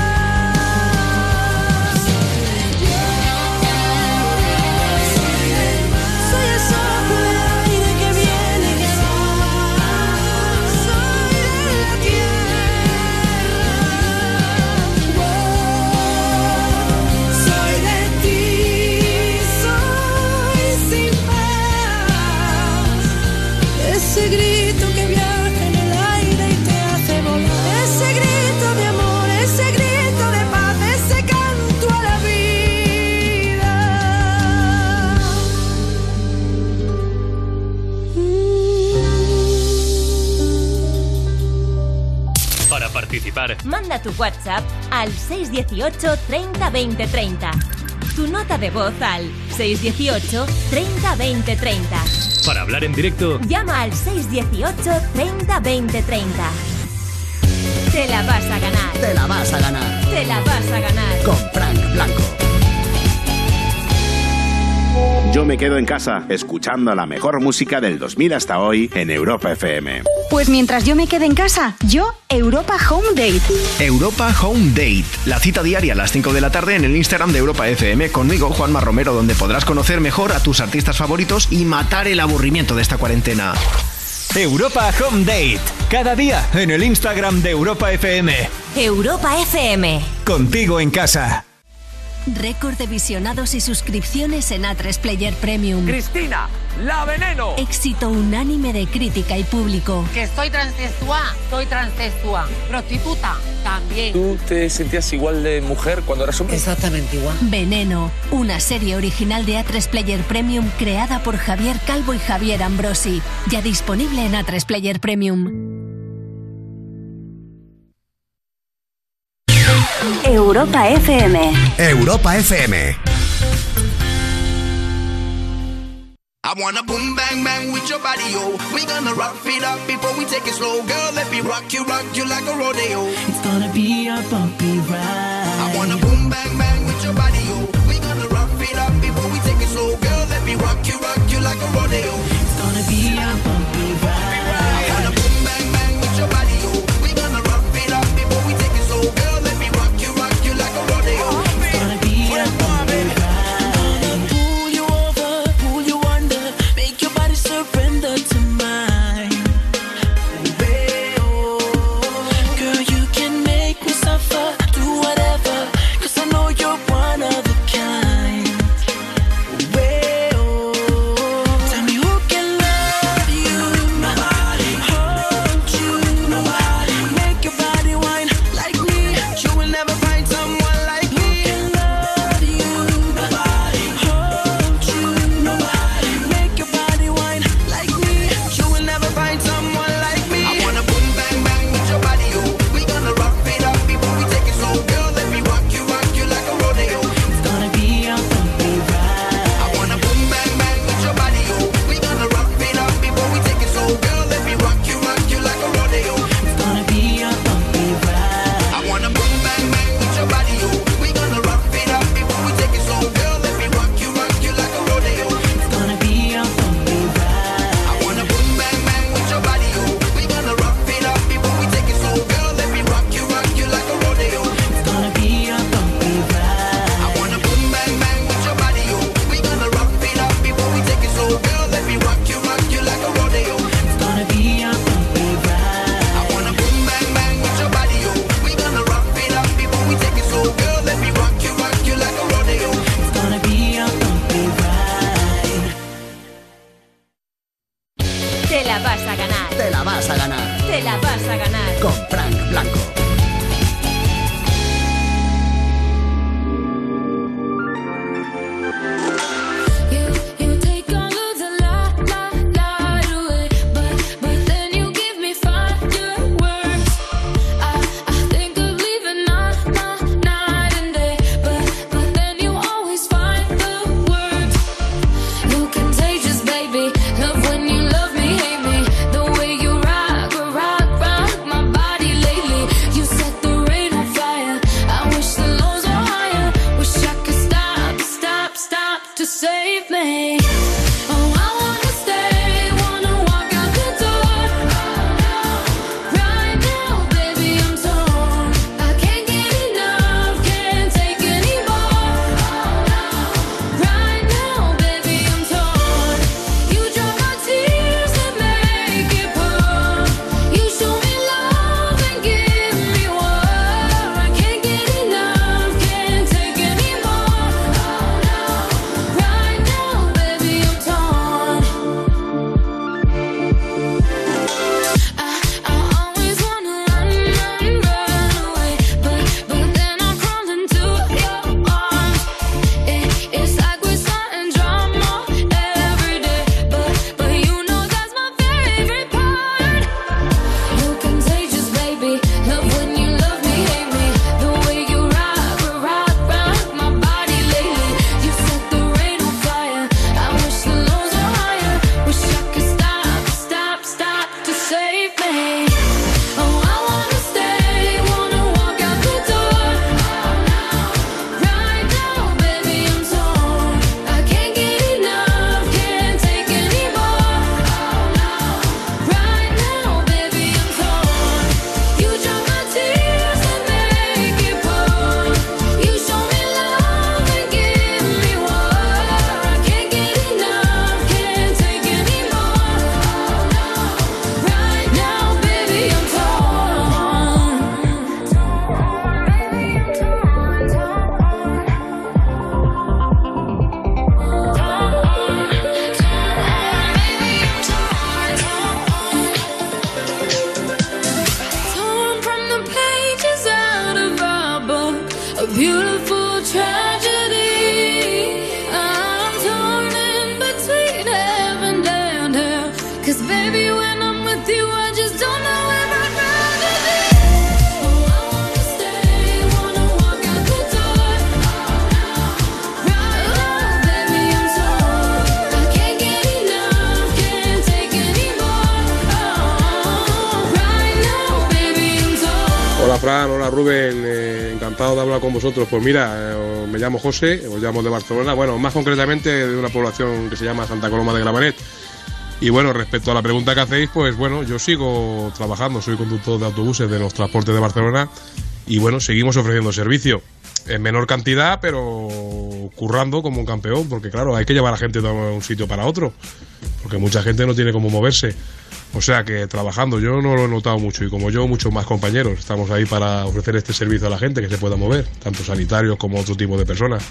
Soy el soplo del aire que viene y que va. Soy de la tierra. Soy de ti. Ese grito que viaja en el aire y te hace volar. Ese grito de amor, ese grito de paz, ese canto a la vida. Para participar, manda tu WhatsApp al seis dieciocho treinta veinte treinta. Tu nota de voz al seis dieciocho treinta veinte treinta. Para hablar en directo, llama al seis dieciocho treinta veinte treinta. Te la vas a ganar. Te la vas a ganar. Te la vas a ganar. Con Frank Blanco. Yo me quedo en casa, escuchando la mejor música del dos mil hasta hoy en Europa F M. Pues mientras yo me quede en casa, yo, Europa Home Date. Europa Home Date, la cita diaria a las cinco de la tarde en el Instagram de Europa F M, conmigo, Juanma Romero, donde podrás conocer mejor a tus artistas favoritos y matar el aburrimiento de esta cuarentena. Europa Home Date, cada día en el Instagram de Europa F M. Europa F M. Contigo en casa. Récord de visionados y suscripciones en A tres Player Premium. Cristina, la veneno. Éxito unánime de crítica y público. Que soy transexual, soy transexual. Prostituta, también. ¿Tú te sentías igual de mujer cuando eras hombre? Exactamente igual. Veneno, una serie original de A tres Player Premium creada por Javier Calvo y Javier Ambrosi. Ya disponible en A tres Player Premium. Europa F M. Europa F M. I wanna boom bang bang with your body, yo. We gonna rock it up before we take it slow, girl. Let me rock you, rock you like a rodeo. It's gonna be a bumpy ride. I wanna boom bang bang with your body, yo. We gonna rock it up before we take it slow, girl. Let me rock you, rock you like a rodeo. It's gonna be a bumpy ride. I wanna boom bang bang with your body, yo. We gonna rock it up before we take it slow, girl. Let me rock you, rock you like a rodeo. It's gonna be a bumpy ride. Pull you over, pull you under, make your body surrender to mine. Baby, oh, girl, you can make me suffer, do whatever, 'cause I know you're one of a kind. Baby, oh, tell me who la vas a ganar. Te la vas a ganar. Te la vas a ganar. Con Frank Blanco. Fran, hola Rubén, eh, encantado de hablar con vosotros. Pues mira, eh, me llamo José, os llamo de Barcelona, bueno, más concretamente de una población que se llama Santa Coloma de Gramenet. Y bueno, respecto a la pregunta que hacéis, pues bueno, yo sigo trabajando, soy conductor de autobuses de los transportes de Barcelona y bueno, seguimos ofreciendo servicio. En menor cantidad, pero currando como un campeón, porque claro, hay que llevar a la gente de un sitio para otro, porque mucha gente no tiene cómo moverse. O sea que trabajando, yo no lo he notado mucho, y como yo, muchos más compañeros. Estamos ahí para ofrecer este servicio a la gente que se pueda mover, tanto sanitarios como otro tipo de personas.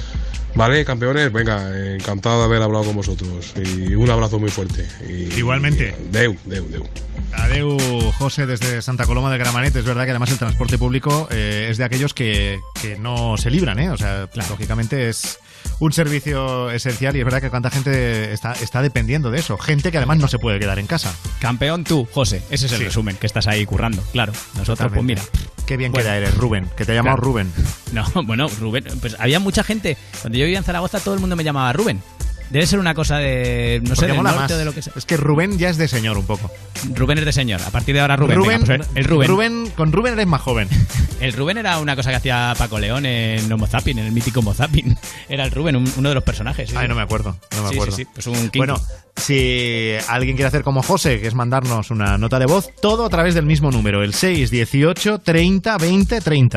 Vale, campeones, venga, encantado de haber hablado con vosotros. Y un abrazo muy fuerte. Y, igualmente. Y, deu, deu, deu. Adeu, José, desde Santa Coloma de Gramenet. Es verdad que además el transporte público eh, es de aquellos que, que no se libran, ¿eh? O sea, claro, lógicamente es un servicio esencial y es verdad que cuánta gente está, está dependiendo de eso. Gente que además no se puede quedar en casa. Campeón tú, José. Ese es el sí. resumen, que estás ahí currando. Claro, nosotros, Totalmente. Pues mira. Qué bien bueno. queda eres, Rubén, que te he llamado claro. Rubén. No, bueno, Rubén, pues había mucha gente. Cuando yo vivía en Zaragoza todo el mundo me llamaba Rubén. Debe ser una cosa de, no Porque sé, del norte más. o de lo que sea. Es que Rubén ya es de señor un poco. Rubén es de señor. A partir de ahora Rubén. Rubén, Venga, pues el Rubén. Rubén. Con Rubén eres más joven. El Rubén era una cosa que hacía Paco León en Homo Zapping, en el mítico Homo Zapping. Era el Rubén, un, uno de los personajes. ¿Sí? Ay, no me acuerdo. No me sí, acuerdo. Sí, sí, pues un quinto. Bueno, si alguien quiere hacer como José, que es mandarnos una nota de voz, todo a través del mismo número, el seis dieciocho treinta veinte treinta.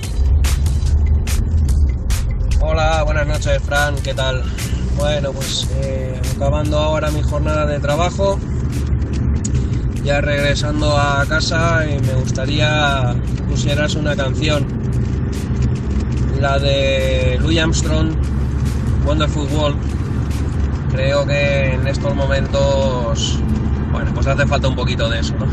Hola, buenas noches, Fran, ¿qué tal? Bueno, pues eh, acabando ahora mi jornada de trabajo, ya regresando a casa, y me gustaría que pusieras una canción, la de Louis Armstrong, Wonderful World. Creo que en estos momentos Bueno, pues hace falta un poquito de eso, ¿no?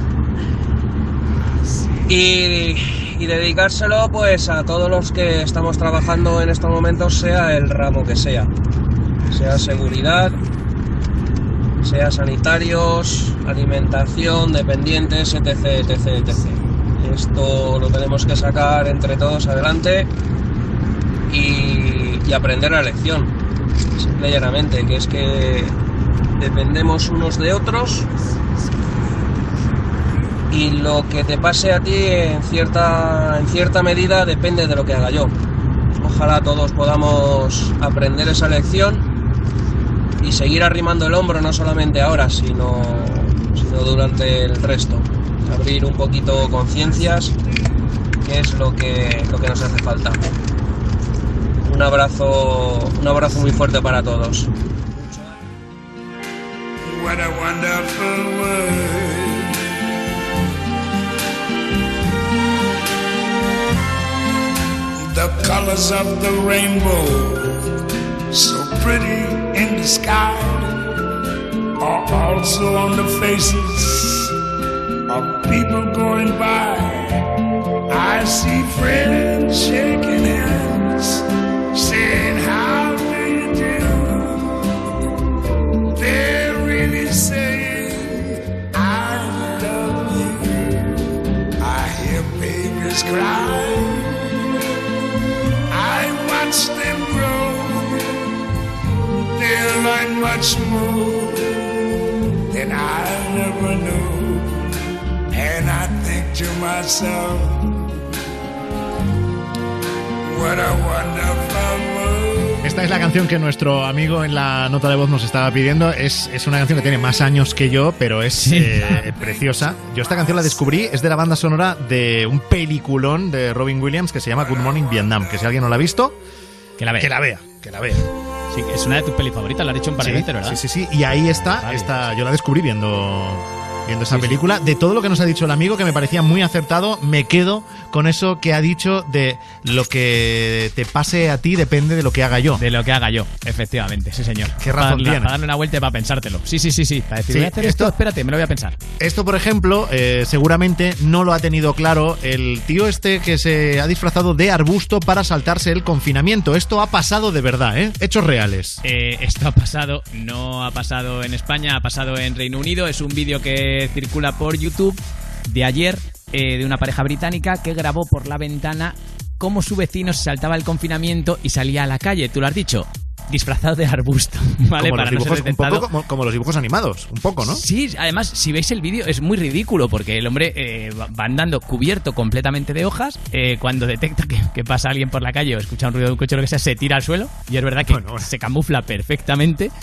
Y, y dedicárselo pues a todos los que estamos trabajando en estos momentos, sea el ramo que sea, sea seguridad, sea sanitarios, alimentación, dependientes, etc, etc, etcétera. Esto lo tenemos que sacar entre todos adelante y, y aprender la lección, simple y llanamente, que es que dependemos unos de otros y lo que te pase a ti en cierta, en cierta medida depende de lo que haga yo. Ojalá todos podamos aprender esa lección y seguir arrimando el hombro, no solamente ahora, sino, sino durante el resto. Abrir un poquito conciencias, que es lo que, lo que nos hace falta. Un abrazo, un abrazo muy fuerte para todos. What a wonderful world. The colors of the rainbow, so pretty in the sky, are also on the faces of people going by. I see friends shaking hands, saying how do you do. They're really saying I love you. I hear babies cry, I watch them grow. They'll learn much more than I never knew. And I think to myself, what a wonderful world. Esta es la canción que nuestro amigo en la nota de voz nos estaba pidiendo. Es, es una canción que tiene más años que yo, pero es sí. eh, preciosa. Yo esta canción la descubrí, es de la banda sonora de un peliculón de Robin Williams que se llama Good Morning Vietnam, que si alguien no la ha visto, que la vea. Que la vea, que la vea. Sí, es una de tus pelis favoritas, la has hecho un par de sí, veces, ¿verdad? Sí, sí, sí. Y ahí está, vale. esta, yo la descubrí viendo... viendo esa sí, película. Sí. De todo lo que nos ha dicho el amigo, que me parecía muy acertado, me quedo con eso que ha dicho de lo que te pase a ti depende de lo que haga yo. De lo que haga yo, efectivamente, sí señor. Qué razón para, tiene. Para darle una vuelta y para pensártelo. Sí, sí, sí, sí. Para decir, sí, voy a hacer esto, esto, espérate, me lo voy a pensar. Esto, por ejemplo, eh, seguramente no lo ha tenido claro el tío este que se ha disfrazado de arbusto para saltarse el confinamiento. Esto ha pasado de verdad, ¿eh? Hechos reales. Eh, esto ha pasado, no ha pasado en España, ha pasado en Reino Unido. Es un vídeo que circula por YouTube de ayer eh, de una pareja británica que grabó por la ventana cómo su vecino se saltaba el confinamiento y salía a la calle. Tú lo has dicho, disfrazado de arbusto, ¿vale? Como, Para los, dibujos, no ser un poco como, como los dibujos animados, un poco, ¿no? Sí, además, si veis el vídeo es muy ridículo porque el hombre eh, va andando cubierto completamente de hojas, eh, cuando detecta que, que pasa alguien por la calle o escucha un ruido de un coche o lo que sea, se tira al suelo y es verdad que bueno, bueno. se camufla perfectamente.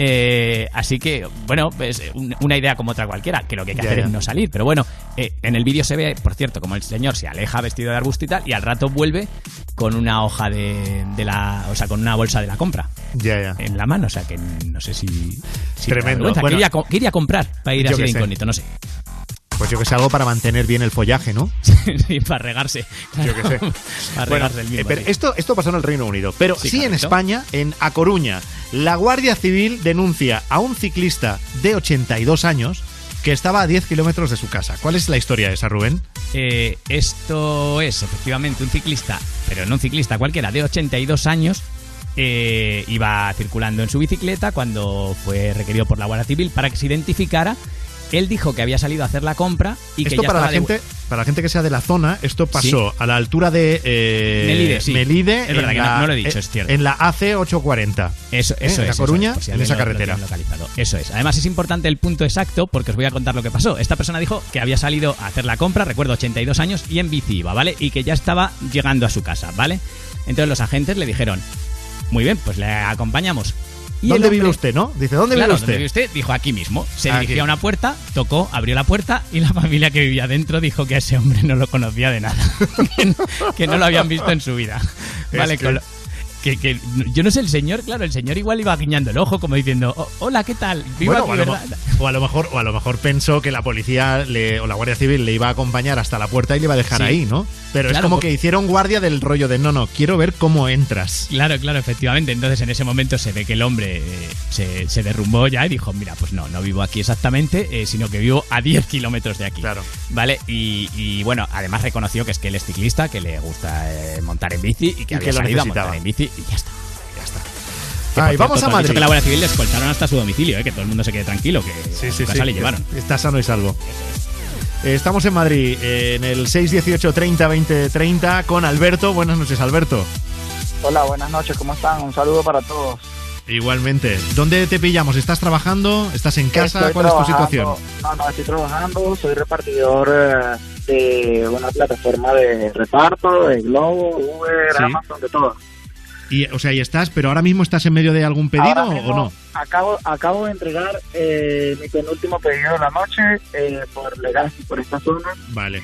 Eh, así que, bueno, pues una idea como otra cualquiera, que lo que hay que ya, hacer ya. es no salir. Pero bueno, eh, en el vídeo se ve, por cierto, como el señor se aleja vestido de arbusto y tal, y al rato vuelve con una hoja de, de la... O sea, con una bolsa de la compra. Ya, ya. En la mano, o sea, que no sé si... si Tremendo. Bueno, ¿qué, iría, ¿Qué iría a comprar para ir así de incógnito? No sé. Pues yo que sé, algo para mantener bien el follaje, ¿no? Sí, para regarse. Yo que sé. Para bueno, regarse el mismo. Eh, pero esto, esto pasó en el Reino Unido. Pero sí, sí en España, en A Coruña, la Guardia Civil denuncia a un ciclista de ochenta y dos años que estaba a diez kilómetros de su casa. ¿Cuál es la historia esa, Rubén? Eh, esto es efectivamente un ciclista, pero no un ciclista cualquiera, de ochenta y dos años. Eh, iba circulando en su bicicleta cuando fue requerido por la Guardia Civil para que se identificara. Él dijo que había salido a hacer la compra y esto que ya para estaba la gente, de... para la gente que sea de la zona, esto pasó ¿Sí? a la altura de eh, Melide, sí. Melide, es verdad que la, no, no lo he dicho, es cierto. En la A C ochocientos cuarenta. Eso, eso ¿eh? es. En La Coruña, eso es, si en esa lo, carretera. lo localizado. Eso es. Además es importante el punto exacto porque os voy a contar lo que pasó. Esta persona dijo que había salido a hacer la compra, recuerdo, ochenta y dos años, y en bici iba, ¿vale? Y que ya estaba llegando a su casa, ¿vale? Entonces los agentes le dijeron, muy bien, pues le acompañamos. ¿Y ¿Dónde hombre, vive usted, no? Dice, ¿dónde claro, vive usted? ¿dónde vive usted? Dijo, aquí mismo. Se aquí. dirigió a una puerta, tocó, abrió la puerta y la familia que vivía dentro dijo que a ese hombre no lo conocía de nada. que, no, que no lo habían visto en su vida. Es Vale, que... con lo, Que, que yo no sé, el señor, claro, el señor igual iba guiñando el ojo como diciendo, oh, hola, ¿qué tal? Viva Bueno, aquí, o, a lo, ¿verdad? o a lo mejor o a lo mejor pensó que la policía le, o la Guardia Civil le iba a acompañar hasta la puerta y le iba a dejar Sí. ahí, ¿no? Pero Claro, es como por- que hicieron guardia del rollo de no, no, quiero ver cómo entras. Claro, claro, efectivamente. Entonces en ese momento se ve que el hombre eh, se, se derrumbó ya y dijo, mira, pues no, no vivo aquí exactamente, eh, sino que vivo a diez kilómetros de aquí. Claro. ¿Vale? Y, y, bueno, además reconoció que es que él es ciclista, que le gusta eh, montar en bici y que Y había que lo salido a necesitaba. montar en bici y ya está. Ya está. Que, Ay, por vamos cierto, a tú has dicho Madrid. que la Guardia Civil le escoltaron hasta su domicilio, eh, que todo el mundo se quede tranquilo, que Sí, a sí, su casa sí. le llevaron. Está sano y salvo. Eh, Estamos en Madrid, eh, en el seis dieciocho treinta veinte treinta con Alberto. Buenas noches, Alberto. Hola, buenas noches, ¿cómo están? Un saludo para todos. Igualmente. ¿Dónde te pillamos? ¿Estás trabajando? ¿Estás en casa? Estoy ¿Cuál es tu trabajando- situación? No, no, estoy trabajando, soy repartidor eh, de una plataforma de reparto, de Globo, Uber, Sí. Amazon, de todo. Y, o sea, ¿y estás, pero ahora mismo estás en medio de algún pedido Ahora mismo o no? Acabo, acabo de entregar eh, mi penúltimo pedido de la noche eh, por Legazpi, por esta zona. Vale.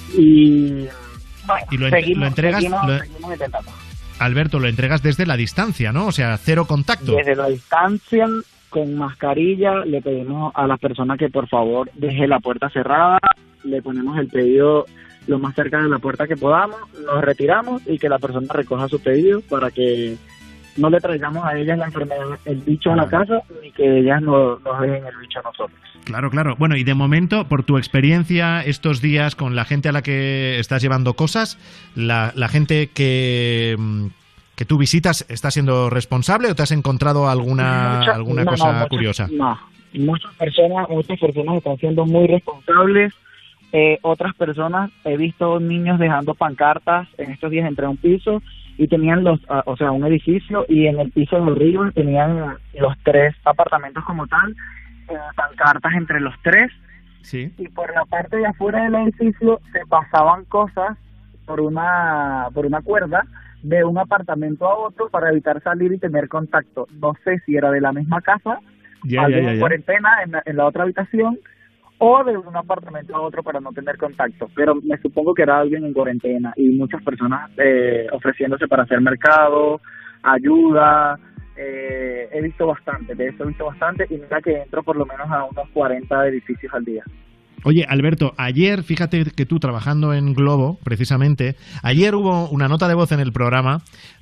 Y bueno, ¿Y lo, en- seguimos, lo entregas, seguimos, lo- seguimos intentando. Alberto, lo entregas desde la distancia, ¿no? O sea, cero contacto. Desde la distancia, con mascarilla, le pedimos a las personas que por favor deje la puerta cerrada, le ponemos el pedido lo más cerca de la puerta que podamos, nos retiramos y que la persona recoja su pedido para que no le traigamos a ellas la enfermedad, el bicho a la casa, ni que ellas no, nos dejen el bicho a nosotros. Claro, claro. Bueno, y de momento, por tu experiencia estos días con la gente a la que estás llevando cosas, la, la gente que, mm, que tú visitas, ¿está siendo responsable o te has encontrado alguna, Mucha- alguna no, cosa no, muchas- curiosa? No, muchas personas, muchas personas están siendo muy responsables. Eh, otras personas, he visto niños dejando pancartas en estos días entre un piso y tenían los, ah, o sea, un edificio y en el piso de arriba tenían los tres apartamentos como tal, eh, pancartas entre los tres. Sí. Y por la parte de afuera del edificio se pasaban cosas por una por una cuerda de un apartamento a otro para evitar salir y tener contacto. No sé si era de la misma casa, Ya, alguien ya, ya, en ya. cuarentena en la, en la otra habitación, o de un apartamento a otro para no tener contacto. Pero me supongo que era alguien en cuarentena y muchas personas eh, ofreciéndose para hacer mercado, ayuda. Eh, he visto bastante, de eso he visto bastante y mira que entro por lo menos a unos cuarenta edificios al día. Oye, Alberto, ayer, fíjate que tú trabajando en Globo, precisamente, ayer hubo una nota de voz en el programa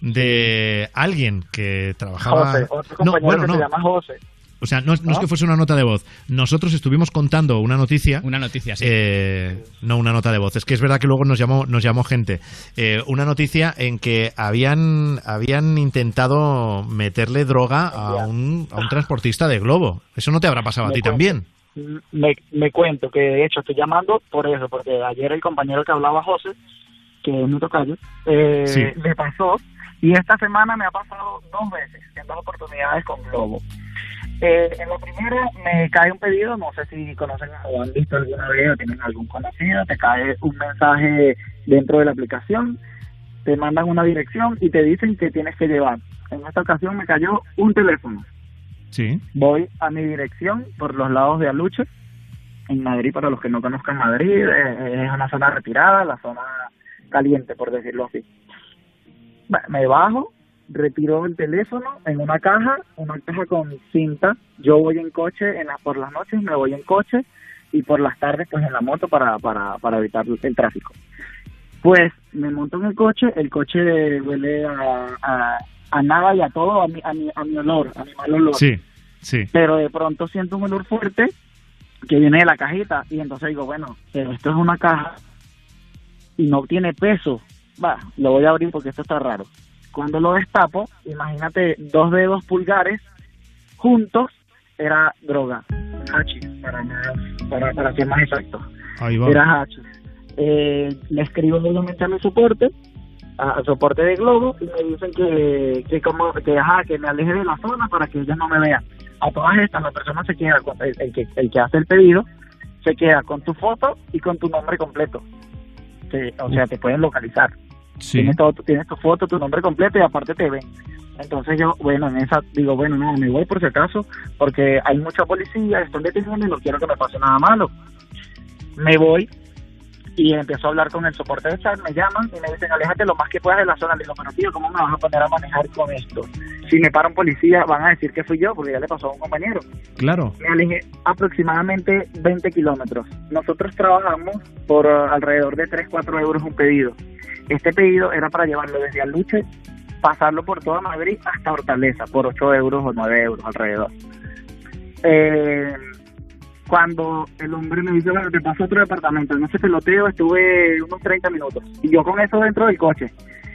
de alguien que trabajaba... José, otro No, compañero bueno, que no. se llama José. O sea, no, es- no es ¿No? que fuese una nota de voz. Nosotros estuvimos contando una noticia. Una noticia, sí. Eh, no una nota de voz. Es que es verdad que luego nos llamó, nos llamó gente. Eh, una noticia en que habían, habían intentado meterle droga a un, a un transportista de Globo. Eso no te habrá pasado a Me ti cuento. también. Me, me cuento que de hecho estoy llamando por eso, porque ayer el compañero que hablaba, José, que es mi tocayo, eh, Sí. me pasó, y esta semana me ha pasado dos veces, en dos oportunidades con Globo. Eh, en la primera me cae un pedido, no sé si conocen o han visto alguna vez o tienen algún conocido, te cae un mensaje dentro de la aplicación, te mandan una dirección y te dicen que tienes que llevar. En esta ocasión me cayó un teléfono. Sí. Voy a mi dirección por los lados de Aluche, en Madrid. Para los que no conozcan Madrid, eh, es una zona retirada, la zona caliente, por decirlo así. Bueno, me bajo, retiro el teléfono en una caja, una caja con cinta. Yo voy en coche, en la, por las noches me voy en coche y por las tardes pues en la moto para, para, para evitar el tráfico. Pues me monto en el coche, el coche huele a, a, a nada y a todo, a mi, a mi, a mi olor, a mi mal olor. Sí, sí. Pero de pronto siento un olor fuerte que viene de la cajita y entonces digo, bueno, pero esto es una caja y no tiene peso. Va, lo voy a abrir porque esto está raro. Cuando lo destapo, imagínate dos dedos pulgares juntos, era droga, hachís, para, más, para, para ser más exacto. Ahí va. Era hachís. Eh, le escribo nuevamente a mi soporte, a- al soporte de Globo, y me dicen que, que como que ajá, que me aleje de la zona para que ellos no me vean. A todas estas, la persona se queda con el, el que el que hace el pedido se queda con tu foto y con tu nombre completo. Te- o sea, te pueden localizar. Sí. Tienes, todo, tienes tu foto, tu nombre completo y aparte te ven. Entonces yo, bueno, en esa digo, bueno, no, me voy por si acaso, porque hay mucha policía, están deteniendo y no quiero que me pase nada malo. Me voy y empiezo a hablar con el soporte de chat, me llaman y me dicen, aléjate lo más que puedas de la zona. Le digo, pero tío, ¿cómo me vas a poner a manejar con esto? Si me para un policía van a decir que fui yo, porque ya le pasó a un compañero. Claro. Me alejé aproximadamente veinte kilómetros. Nosotros trabajamos por uh, alrededor de tres, cuatro euros un pedido. Este pedido era para llevarlo desde Aluche, pasarlo por toda Madrid hasta Hortaleza, por ocho euros o nueve euros alrededor. Eh... Cuando el hombre me dice, bueno, te paso a otro departamento, en ese peloteo estuve unos treinta minutos, y yo con eso dentro del coche,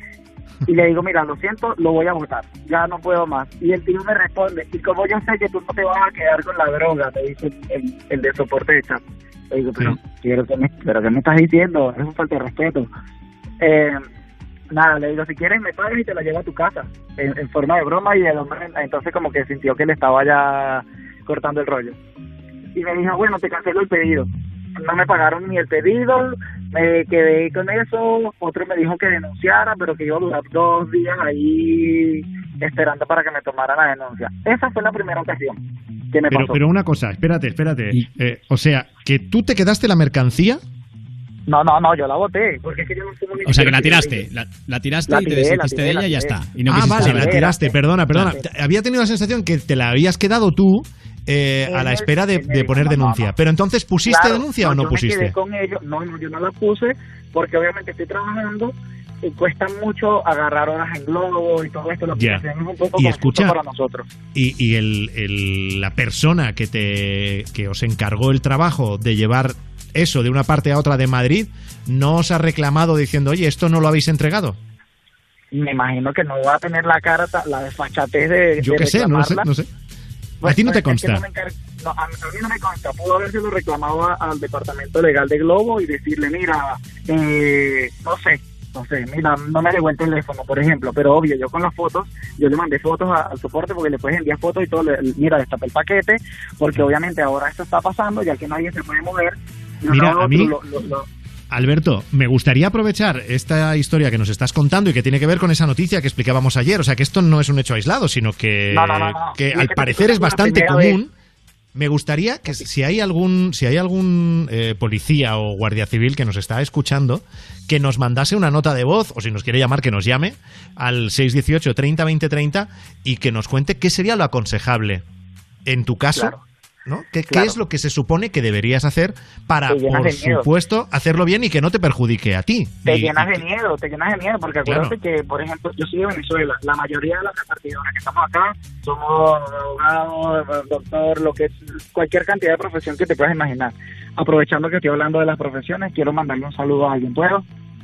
y le digo, mira, lo siento, lo voy a botar, ya no puedo más, y el tío me responde, y como yo sé que tú no te vas a quedar con la droga, me dice el, el de soporte de chat, le digo, pero, pero, ¿qué me, pero ¿qué me estás diciendo? Es un falta de respeto. Eh, nada, le digo, si quieres me pagas y te la llevo a tu casa, en, en forma de broma, y el hombre entonces como que sintió que le estaba ya cortando el rollo. Y me dijo, bueno, te cancelo el pedido. No me pagaron ni el pedido, me quedé con eso. Otro me dijo que denunciara, pero que iba a durar dos días ahí esperando para que me tomara la denuncia. Esa fue la primera ocasión que me pero, pasó. Pero una cosa, espérate, espérate. Eh, o sea, ¿que tú te quedaste la mercancía? No, no, no, yo la boté, porque es que yo no fumo ni O sea, que la siquiera tiraste, la, la tiraste La y te tiré, deshiciste la tiré, de ella la y ya tiré. está. Y no ah, quisiste vale, saber. la tiraste, perdona, perdona. Claro. Había tenido la sensación que te la habías quedado tú eh, a la espera de, de poner no, denuncia. no, no. Pero entonces, ¿pusiste Claro, denuncia no, o no yo pusiste? Me quedé con ellos. No, no, yo no la puse porque obviamente estoy trabajando y cuesta mucho agarrar horas en Globo y todo esto. Lo que Ya. hacemos un poco Y confuso escucha, para nosotros. Y, y el, el- la persona que te que os encargó el trabajo de llevar eso de una parte a otra de Madrid, ¿no os ha reclamado diciendo, oye, esto no lo habéis entregado? Me imagino que no va a tener la cara, ta- la desfachatez de Yo de qué sé, no sé, reclamarla. no sé. Pues, ¿A ti no te pues, es que consta? no me encar- no, a, mí, a mí no me consta. Pudo habérselo reclamado a- al departamento legal de Globo y decirle, mira, eh, no sé, no sé, mira, no me llegó el teléfono, por ejemplo, pero obvio, yo con las fotos, yo le mandé fotos a- al soporte porque le puedes enviar fotos y todo, le- mira, destapé el paquete, porque obviamente ahora esto está pasando, ya que nadie se puede mover. Yo Mira, lo a otro, mí- lo- lo- lo- Alberto, me gustaría aprovechar esta historia que nos estás contando y que tiene que ver con esa noticia que explicábamos ayer. O sea, que esto no es un hecho aislado, sino que, No, no, no, no. que Y es al que te parecer estoy es contando la bastante primera común. Me gustaría que si hay algún, si hay algún eh, policía o guardia civil que nos está escuchando, que nos mandase una nota de voz, o si nos quiere llamar, que nos llame al seis uno ocho, treinta, veinte, treinta y que nos cuente qué sería lo aconsejable en tu caso. Claro. ¿No? ¿Qué, Claro. ¿Qué es lo que se supone que deberías hacer para, Te llenas por de miedo. supuesto, hacerlo bien y que no te perjudique a ti? Te Y- llenas y- de miedo, te llenas de miedo, porque Claro. acuérdate que, por ejemplo, yo soy de Venezuela, la mayoría de las repartidoras que estamos acá somos abogados, doctor, lo que es, cualquier cantidad de profesión que te puedas imaginar. Aprovechando que estoy hablando de las profesiones, quiero mandarle un saludo a alguien, ¿puedo?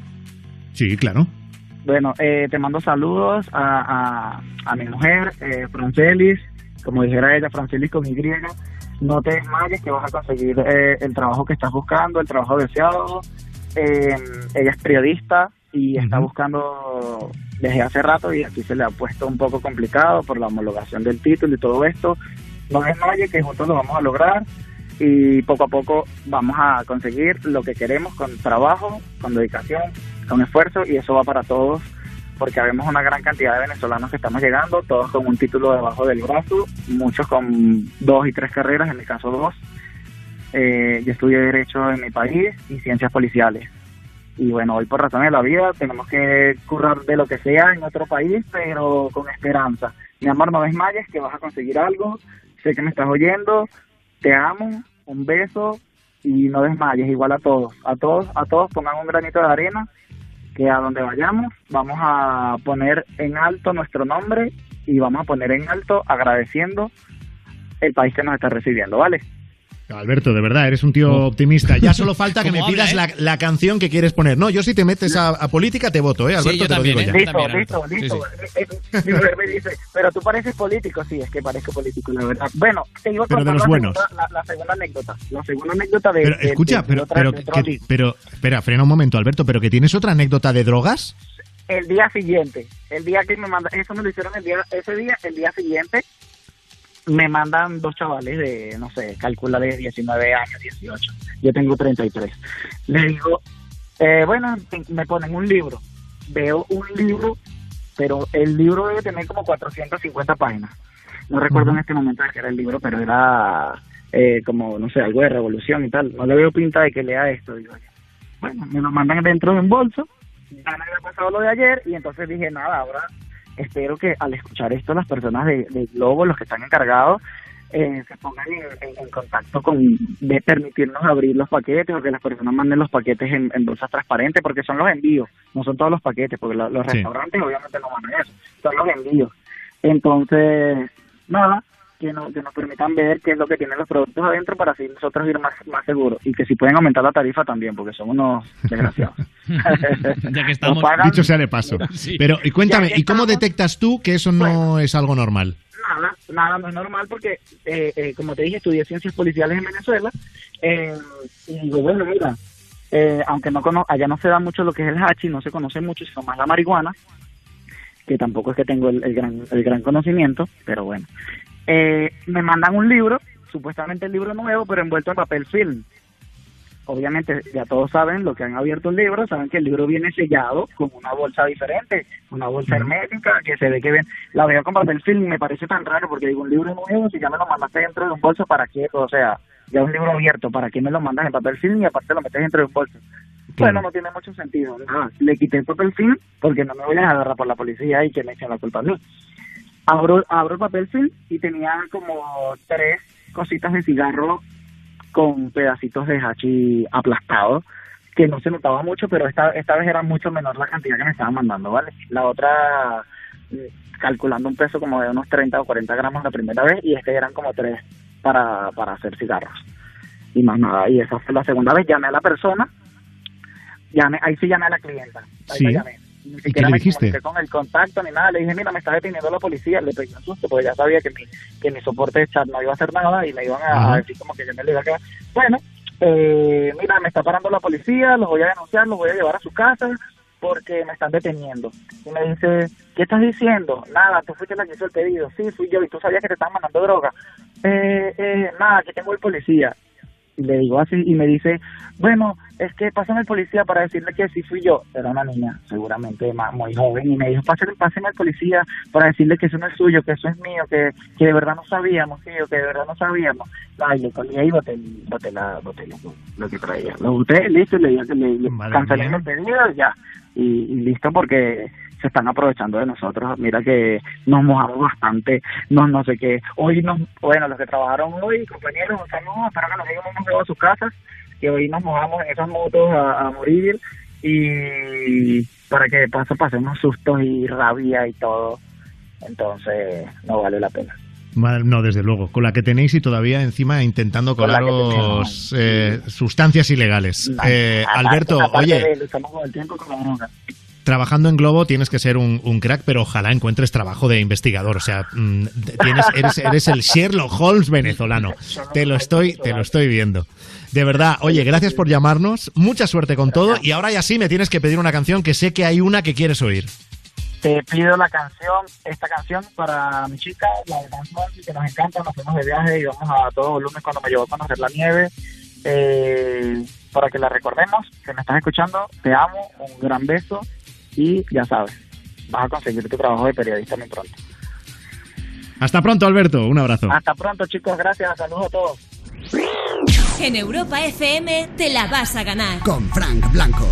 Sí, claro. Bueno, eh, te mando saludos a, a, a mi mujer, eh, Francelis, como dijera ella, Francelis con Y. No te desmayes, que vas a conseguir eh, el trabajo que estás buscando, el trabajo deseado. Eh, ella es periodista y está buscando desde hace rato y aquí se le ha puesto un poco complicado por la homologación del título y todo esto. No desmayes, que juntos lo vamos a lograr y poco a poco vamos a conseguir lo que queremos con trabajo, con dedicación, con esfuerzo, y eso va para todos, porque habemos una gran cantidad de venezolanos que estamos llegando, todos con un título debajo del brazo, muchos con dos y tres carreras, en mi caso dos. Eh, yo estudié Derecho en mi país y Ciencias Policiales. Y bueno, hoy por razones de la vida tenemos que currar de lo que sea en otro país, pero con esperanza. Mi amor, no desmayes, que vas a conseguir algo. Sé que me estás oyendo, te amo, un beso y no desmayes, igual a todos. A todos, a todos pongan un granito de arena, que a donde vayamos vamos a poner en alto nuestro nombre y vamos a poner en alto agradeciendo el país que nos está recibiendo, ¿vale? Alberto, de verdad, eres un tío optimista. Ya solo falta que me ¿Cómo pidas habla, eh? la, la canción que quieres poner. No, yo si te metes a, a política te voto, ¿eh, Alberto? Sí, yo te también, lo digo ¿eh? ya. Listo, también, listo, Alberto. listo. Sí, Eh, eh, Mi mujer me dice, pero tú pareces político. Sí, es que parezco político, la verdad. Bueno, te iba a Pero de contar los la buenos. segunda- La, la segunda anécdota. La segunda anécdota de... Pero de- escucha, de- pero, de otra- pero, de otro que- amigo. pero, espera, frena un momento, Alberto, pero que tienes otra anécdota de drogas. El día siguiente, el día que me manda, eso me lo hicieron el día, ese día, el día siguiente, me mandan dos chavales de, no sé, calcula de diecinueve años, dieciocho. Yo tengo treinta y tres. Le digo, eh, bueno, me ponen un libro. Veo un libro, pero el libro debe tener como cuatrocientas cincuenta páginas. No recuerdo en este momento de qué era el libro, pero era eh, como, no sé, algo de revolución y tal. No le veo pinta de que lea esto, digo yo. Bueno, me lo mandan dentro de un bolso, ya me había pasado lo de ayer, y entonces dije, nada, ahora espero que al escuchar esto las personas de, de Globo, los que están encargados, eh, se pongan en, en, en contacto con, de permitirnos abrir los paquetes, o que las personas manden los paquetes en, en bolsas transparentes, porque son los envíos, no son todos los paquetes, porque lo, los Sí. restaurantes obviamente no mandan eso, son los envíos. Entonces, nada, que, no, que nos permitan ver qué es lo que tienen los productos adentro para así nosotros ir más, más seguros, y que si pueden aumentar la tarifa también, porque son unos desgraciados. Ya que estamos. Nos pagan- Dicho sea de paso. Sí. Pero, y cuéntame, Ya que ¿y cómo estamos- detectas tú que eso no es algo normal? Nada, nada, no es normal porque, eh, eh, como te dije, estudié ciencias policiales en Venezuela, eh, y digo, bueno, mira, eh, aunque no cono allá no se da mucho lo que es el hachi, no se conoce mucho, sino más la marihuana, que tampoco es que tengo el, el gran el gran conocimiento, pero bueno. Eh, me mandan un libro, supuestamente el libro nuevo, pero envuelto en papel film. Obviamente ya todos saben, lo que han abierto el libro, saben que el libro viene sellado con una bolsa diferente, una bolsa hermética, que se ve que ven, la veo con papel film, me parece tan raro porque digo, un libro nuevo, si ya me lo mandaste dentro de un bolso, ¿para qué? O sea, ya un libro abierto, ¿para qué me lo mandas en papel film y aparte lo metes dentro de un bolso? Bueno, no tiene mucho sentido. Nada, le quité el papel film porque no me voy a agarrar por la policía y que me echen la culpa a mí. Abro, abro el papel film y tenía como tres cositas de cigarro con pedacitos de hachi aplastados, que no se notaba mucho, pero esta esta vez era mucho menor la cantidad que me estaban mandando, ¿vale? La otra, mm, calculando un peso como de unos treinta o cuarenta gramos la primera vez, y este eran como tres para, para hacer cigarros. Y más nada, y esa fue la segunda vez. Llamé a la persona, llamé, ahí sí llamé a la clienta, ahí Sí. la llamé. Ni ¿Y qué siquiera le me dijiste? comuniqué con el contacto ni nada, le dije, mira, me está deteniendo la policía, le pedí un susto, porque ya sabía que mi, que mi soporte de chat no iba a hacer nada y me iban a, Ajá. a decir como que yo me le iba a quedar. Bueno, eh, mira, me está parando la policía, los voy a denunciar, los voy a llevar a su casa porque me están deteniendo. Y me dice, ¿qué estás diciendo? Nada, tú fuiste la que hizo el pedido. Sí, fui yo, y tú sabías que te estaban mandando droga. Eh, eh, nada, aquí tengo el policía. Y le digo así, y me dice, bueno, es que pásame el policía para decirle que sí fui yo. Era una niña, seguramente más, muy joven, y me dijo, pásame, pásame al policía para decirle que eso no es suyo, que eso es mío, que, que de verdad no sabíamos, tío, que de verdad no sabíamos. Ay, le colgué ahí, boté, boté, la, boté lo, lo que traía. Lo boté, listo, y le dije que le, le Madre cancelé mía. el pedido y ya. Y, y listo, porque se están aprovechando de nosotros. Mira que nos mojamos bastante, no no sé qué. Hoy nos, bueno, los que trabajaron hoy, compañeros, un saludo, espero que nos lleguen unos nuevos a sus casas, que hoy nos mojamos en esas motos a, a morir, y para que de paso pasemos sustos y rabia y todo. Entonces no vale la pena. Mal- No, desde luego. Con la que tenéis y todavía encima intentando Con la que colaros eh, sustancias ilegales. Eh, Aparte- Alberto, aparte oye, de luchamos con el tiempo con la droga. trabajando en Globo tienes que ser un, un crack, pero ojalá encuentres trabajo de investigador. O sea, mm, tienes, eres, eres el Sherlock Holmes venezolano. Te lo estoy, te lo estoy viendo. De verdad, oye, gracias por llamarnos. Mucha suerte con todo. Y ahora ya sí me tienes que pedir una canción, que sé que hay una que quieres oír. Te pido la canción, esta canción para mi chica, la de Dance Monkey, que nos encanta. Nos fuimos de viaje y vamos a todo volumen cuando me llevó a conocer la nieve. Eh, para que la recordemos, que me estás escuchando, te amo, un gran beso, y ya sabes, vas a conseguir tu trabajo de periodista muy pronto. Hasta pronto, Alberto. Un abrazo. Hasta pronto, chicos, gracias, saludos a todos. En Europa F M te la vas a ganar. Con Frank Blanco.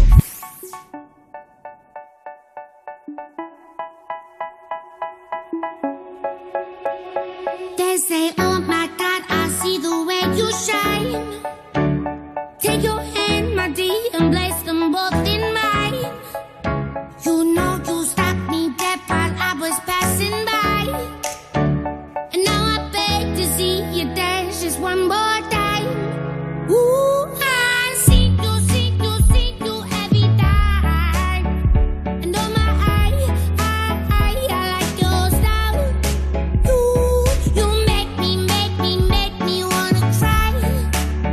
They say, oh my God, I see the way you shine. Take your hand, my dear, and place them both in mine. You know you stopped me dead while I was passing by. And now I beg to see you dance just one more time. Ooh, I see you, see you, see you every time. And oh my, I, I, I, I like your style. You, you make me, make me, make me wanna cry.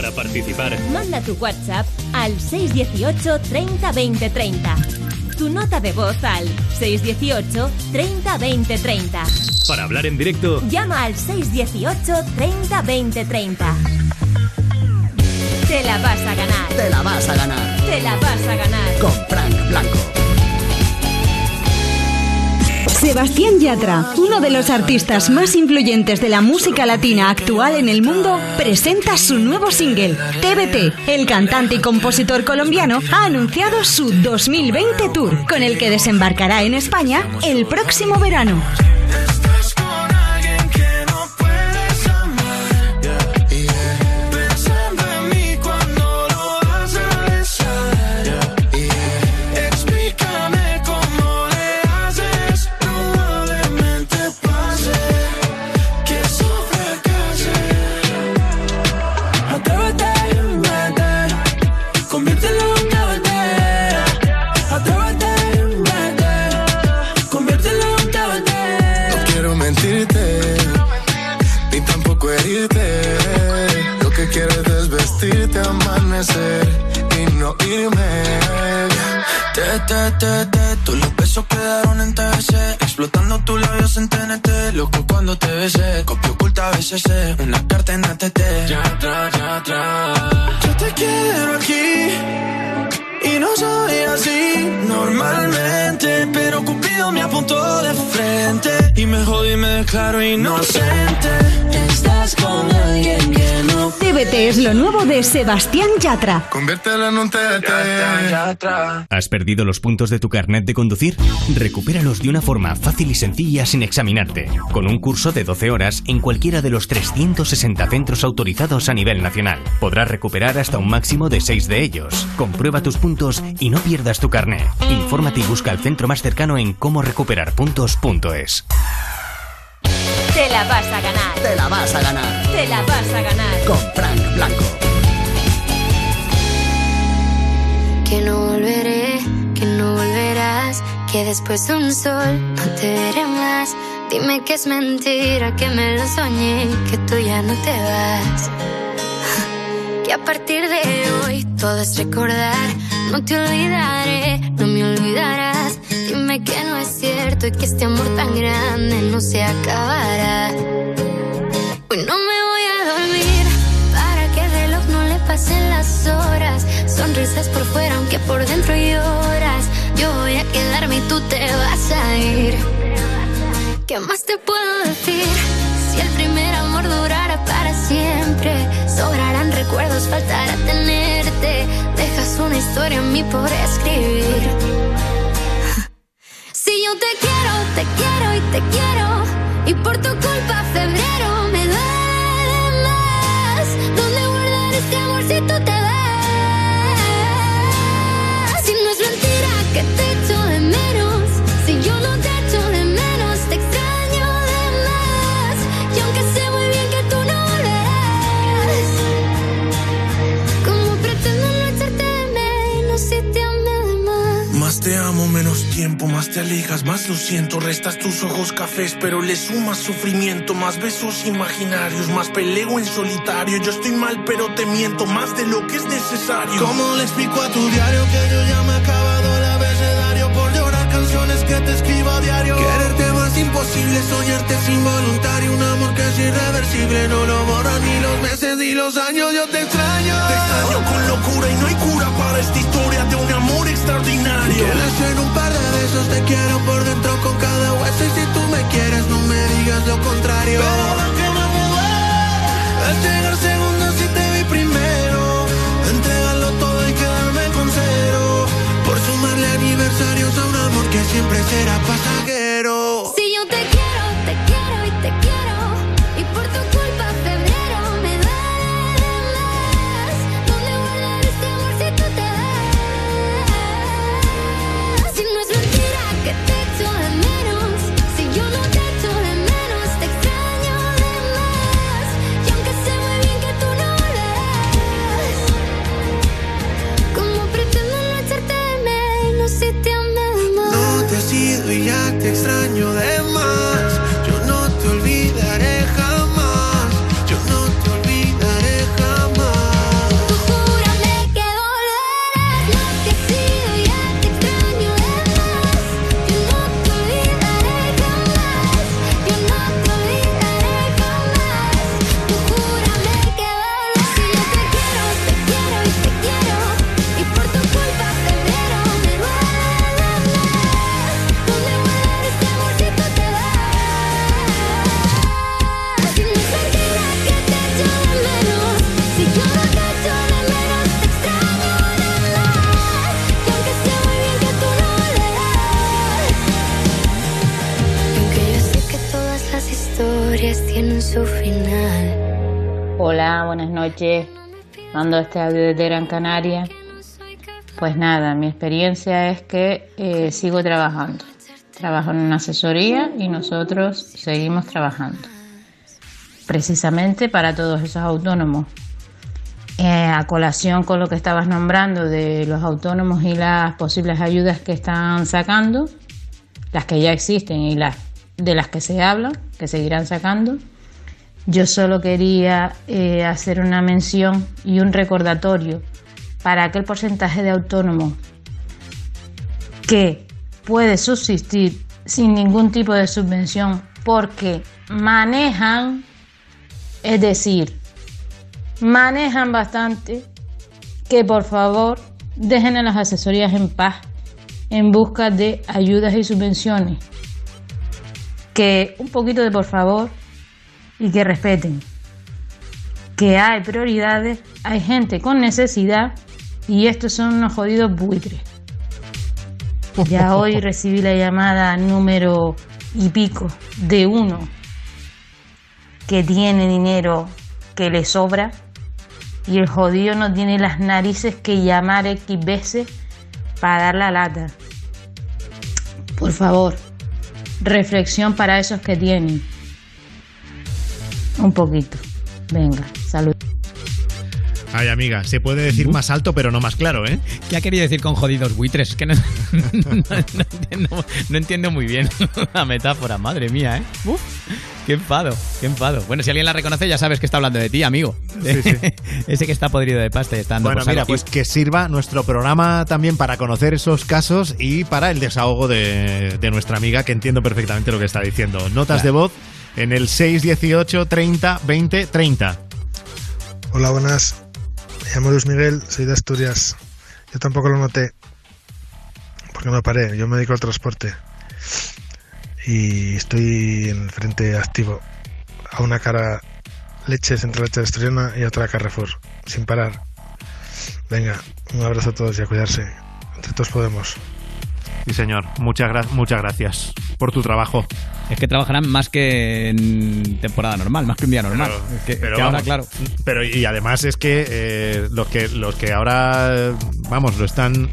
Para participar, manda tu WhatsApp al seis dieciocho treinta veinte treinta. Tu nota de voz al seis dieciocho treinta veinte treinta. para hablar en directo, llama al seis dieciocho treinta veinte treinta. Te la vas a ganar. Te la vas a ganar. Te la vas a ganar. Con Frank Blanco. Sebastián Yatra, uno de los artistas más influyentes de la música latina actual en el mundo, presenta su nuevo single, T B T. El cantante y compositor colombiano ha anunciado su dos mil veinte Tour, con el que desembarcará en España el próximo verano. Y no irme. Te, te, te, te, todos los besos quedaron en T V C. Explotando tus labios en T N T. Loco cuando te besé. Copia oculta B C C. Una carta en A T T. Ya atrás, ya atrás. Yo te quiero aquí y no soy así normalmente, pero Cupido me apuntó de frente y me jodí y me declaro inocente. Estás con alguien que no. T B T es lo nuevo de Sebastián Yatra. Conviértelo en un T B T. ¿Has perdido los puntos de tu carnet de conducir? Recupéralos de una forma fácil y sencilla sin examinarte, con un curso de doce horas en cualquiera de los trescientos sesenta centros autorizados a nivel nacional. Podrás recuperar hasta un máximo de seis de ellos. Comprueba tus puntos y no pierdas tu carnet. Infórmate y busca el centro más cercano en cómo recuperar puntos punto es. Te la vas a ganar. Te la vas a ganar. Te la vas a ganar. Con Frank Blanco. Que no volveré, que no volverás, que después de un sol no te veré más. Dime que es mentira, que me lo soñé, que tú ya no te vas. Que a partir de hoy todo es recordar. No te olvidaré, no me olvidarás. Dime que no es cierto y que este amor tan grande no se acabará. Hoy no me voy a dormir para que el reloj no le pasen las horas. Sonrisas por fuera aunque por dentro lloras. Yo voy a quedarme y tú te vas a ir. ¿Qué más te puedo decir? Si el primer amor durara para siempre, sobrarán recuerdos, faltará tenerte. Dejas una historia en mí por escribir. Si yo te quiero, te quiero y te quiero, y por tu culpa febrero me duele más. ¿Dónde guardar este amor si tú te vas? Si no es mentira que te echo de menos, si yo no te echo de menos, te extraño de más. Y aunque sé muy bien que tú no volverás, ¿cómo pretendo no echarte de menos si te amé de más? Más te amo, menos tiempo, más te alejas, más lo siento. Restas tus ojos cafés, pero le sumas sufrimiento. Más besos imaginarios, más peleo en solitario. Yo estoy mal, pero te miento más de lo que es necesario. ¿Cómo le explico a tu diario que yo ya me he acabado el abecedario por llorar canciones que te escribo a diario? Quererte más imposible, soñarte es involuntario. Un amor que es irreversible, no lo borran ni los meses ni los años. Yo te extraño, te extraño con locura y no hay cura para esta historia de un amor extraordinario. Que les en un par de besos, te quiero por dentro con cada hueso. Y si tú me quieres, no me digas lo contrario. Pero lo que más me duele es llegar segundo si te vi primero. Entregarlo todo y quedarme con cero, por sumarle aniversarios a un amor que siempre será pasajero. Si yo te quiero, te quiero y te quiero, y por tu culpa febrero me duele más. ¿Dónde guardar este amor si tú te vas? Si no es mentira que te echo de menos, si yo no te echo de menos, te extraño de más. Y aunque sé muy bien que tú no volverás, historias tienen su final. Hola, buenas noches. Mando este audio desde Gran Canaria. Pues nada, mi experiencia es que eh, sigo trabajando. Trabajo en una asesoría y nosotros seguimos trabajando. Precisamente para todos esos autónomos. Eh, a colación con lo que estabas nombrando de los autónomos y las posibles ayudas que están sacando, las que ya existen y las de las que se habla, que seguirán sacando, yo solo quería eh, hacer una mención y un recordatorio para aquel porcentaje de autónomos que puede subsistir sin ningún tipo de subvención porque manejan, es decir, manejan bastante, que por favor dejen a las asesorías en paz en busca de ayudas y subvenciones, que un poquito de por favor y que respeten que hay prioridades, hay gente con necesidad y estos son unos jodidos buitres. Ya hoy recibí la llamada número y pico de uno que tiene dinero que le sobra y el jodido no tiene las narices que llamar X veces para dar la lata. Por favor, reflexión para esos que tienen. Un poquito. Venga, salud. Ay, amiga, se puede decir uh. más alto, pero no más claro, ¿eh? ¿Qué ha querido decir con jodidos buitres? Es que no, no, no, no, entiendo, no entiendo muy bien la metáfora, madre mía, ¿eh? Uf, qué enfado, qué enfado. Bueno, si alguien la reconoce, ya sabes que está hablando de ti, amigo. Sí, sí. Ese que está podrido de pasta y está dando Bueno, mira, pues que sirva nuestro programa también para conocer esos casos y para el desahogo de, de nuestra amiga, que entiendo perfectamente lo que está diciendo. Notas claro. de voz en el seis dieciocho treinta veinte treinta. Hola, buenas. Me llamo Luis Miguel, soy de Asturias. Yo tampoco lo noté porque no paré. Yo me dedico al transporte y estoy en el frente activo. A una cara leches entre leche asturiana y a otra Carrefour, sin parar. Venga, un abrazo a todos y a cuidarse. Entre todos podemos. Sí, señor. Muchas, gra- muchas gracias por tu trabajo. Es que trabajarán más que en temporada normal, más que un día normal. Pero, es que, pero que vamos, ahora, claro. Pero y además es que eh, los que los que ahora, vamos, lo están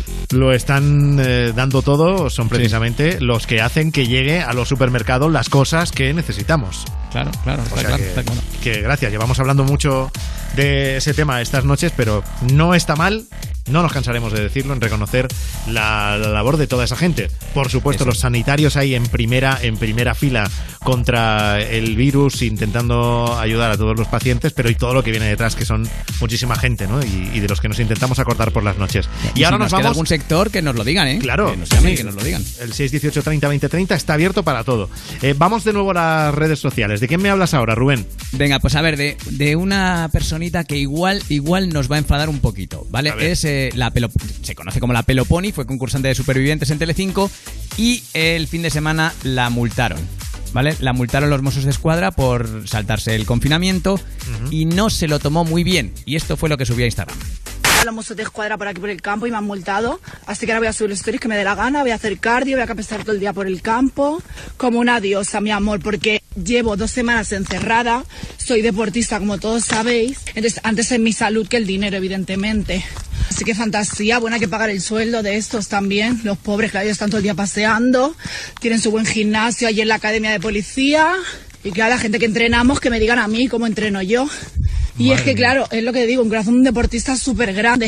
lo están eh, dando todo son precisamente sí. los que hacen que llegue a los supermercados las cosas que necesitamos. Claro, claro. O está sea claro, que, está claro. que gracias. Llevamos hablando mucho de ese tema estas noches, pero no está mal. No nos cansaremos de decirlo, en reconocer la, la labor de toda esa gente. Por supuesto, Eso. los sanitarios ahí en primera, en primera fila contra el virus, intentando ayudar a todos los pacientes, pero y todo lo que viene detrás, que son muchísima gente, ¿no? Y, y de los que nos intentamos acordar por las noches. Y, y ahora si nos, nos vamos. Queda algún sector que nos lo digan, ¿eh? Claro, que nos llamen, sí. que nos lo digan. El seis dieciocho treinta veinte treinta está abierto para todo. Eh, vamos de nuevo a las redes sociales. ¿De quién me hablas ahora, Rubén? Venga, pues a ver, de, de una personita que igual, igual nos va a enfadar un poquito, ¿vale? Es eh, la pelo, se conoce como la Peloponi, fue concursante de Supervivientes en Telecinco y el fin de semana la multaron, ¿vale? La multaron los Mossos de Escuadra por saltarse el confinamiento uh-huh. y no se lo tomó muy bien. Y esto fue lo que subió a Instagram. Los Mossos de Escuadra por aquí por el campo y me han multado, así que ahora voy a subir los stories que me dé la gana, voy a hacer cardio, voy a campesar todo el día por el campo, como una diosa, mi amor, porque llevo dos semanas encerrada, soy deportista como todos sabéis, entonces antes es mi salud que el dinero, evidentemente. Así que fantasía, bueno, hay que pagar el sueldo de estos también, los pobres que ellos están todo el día paseando, tienen su buen gimnasio allí en la academia de policía, y que a la gente que entrenamos que me digan a mí cómo entreno yo. Y Madre es que, claro, es lo que digo, un corazón de un deportista súper grande.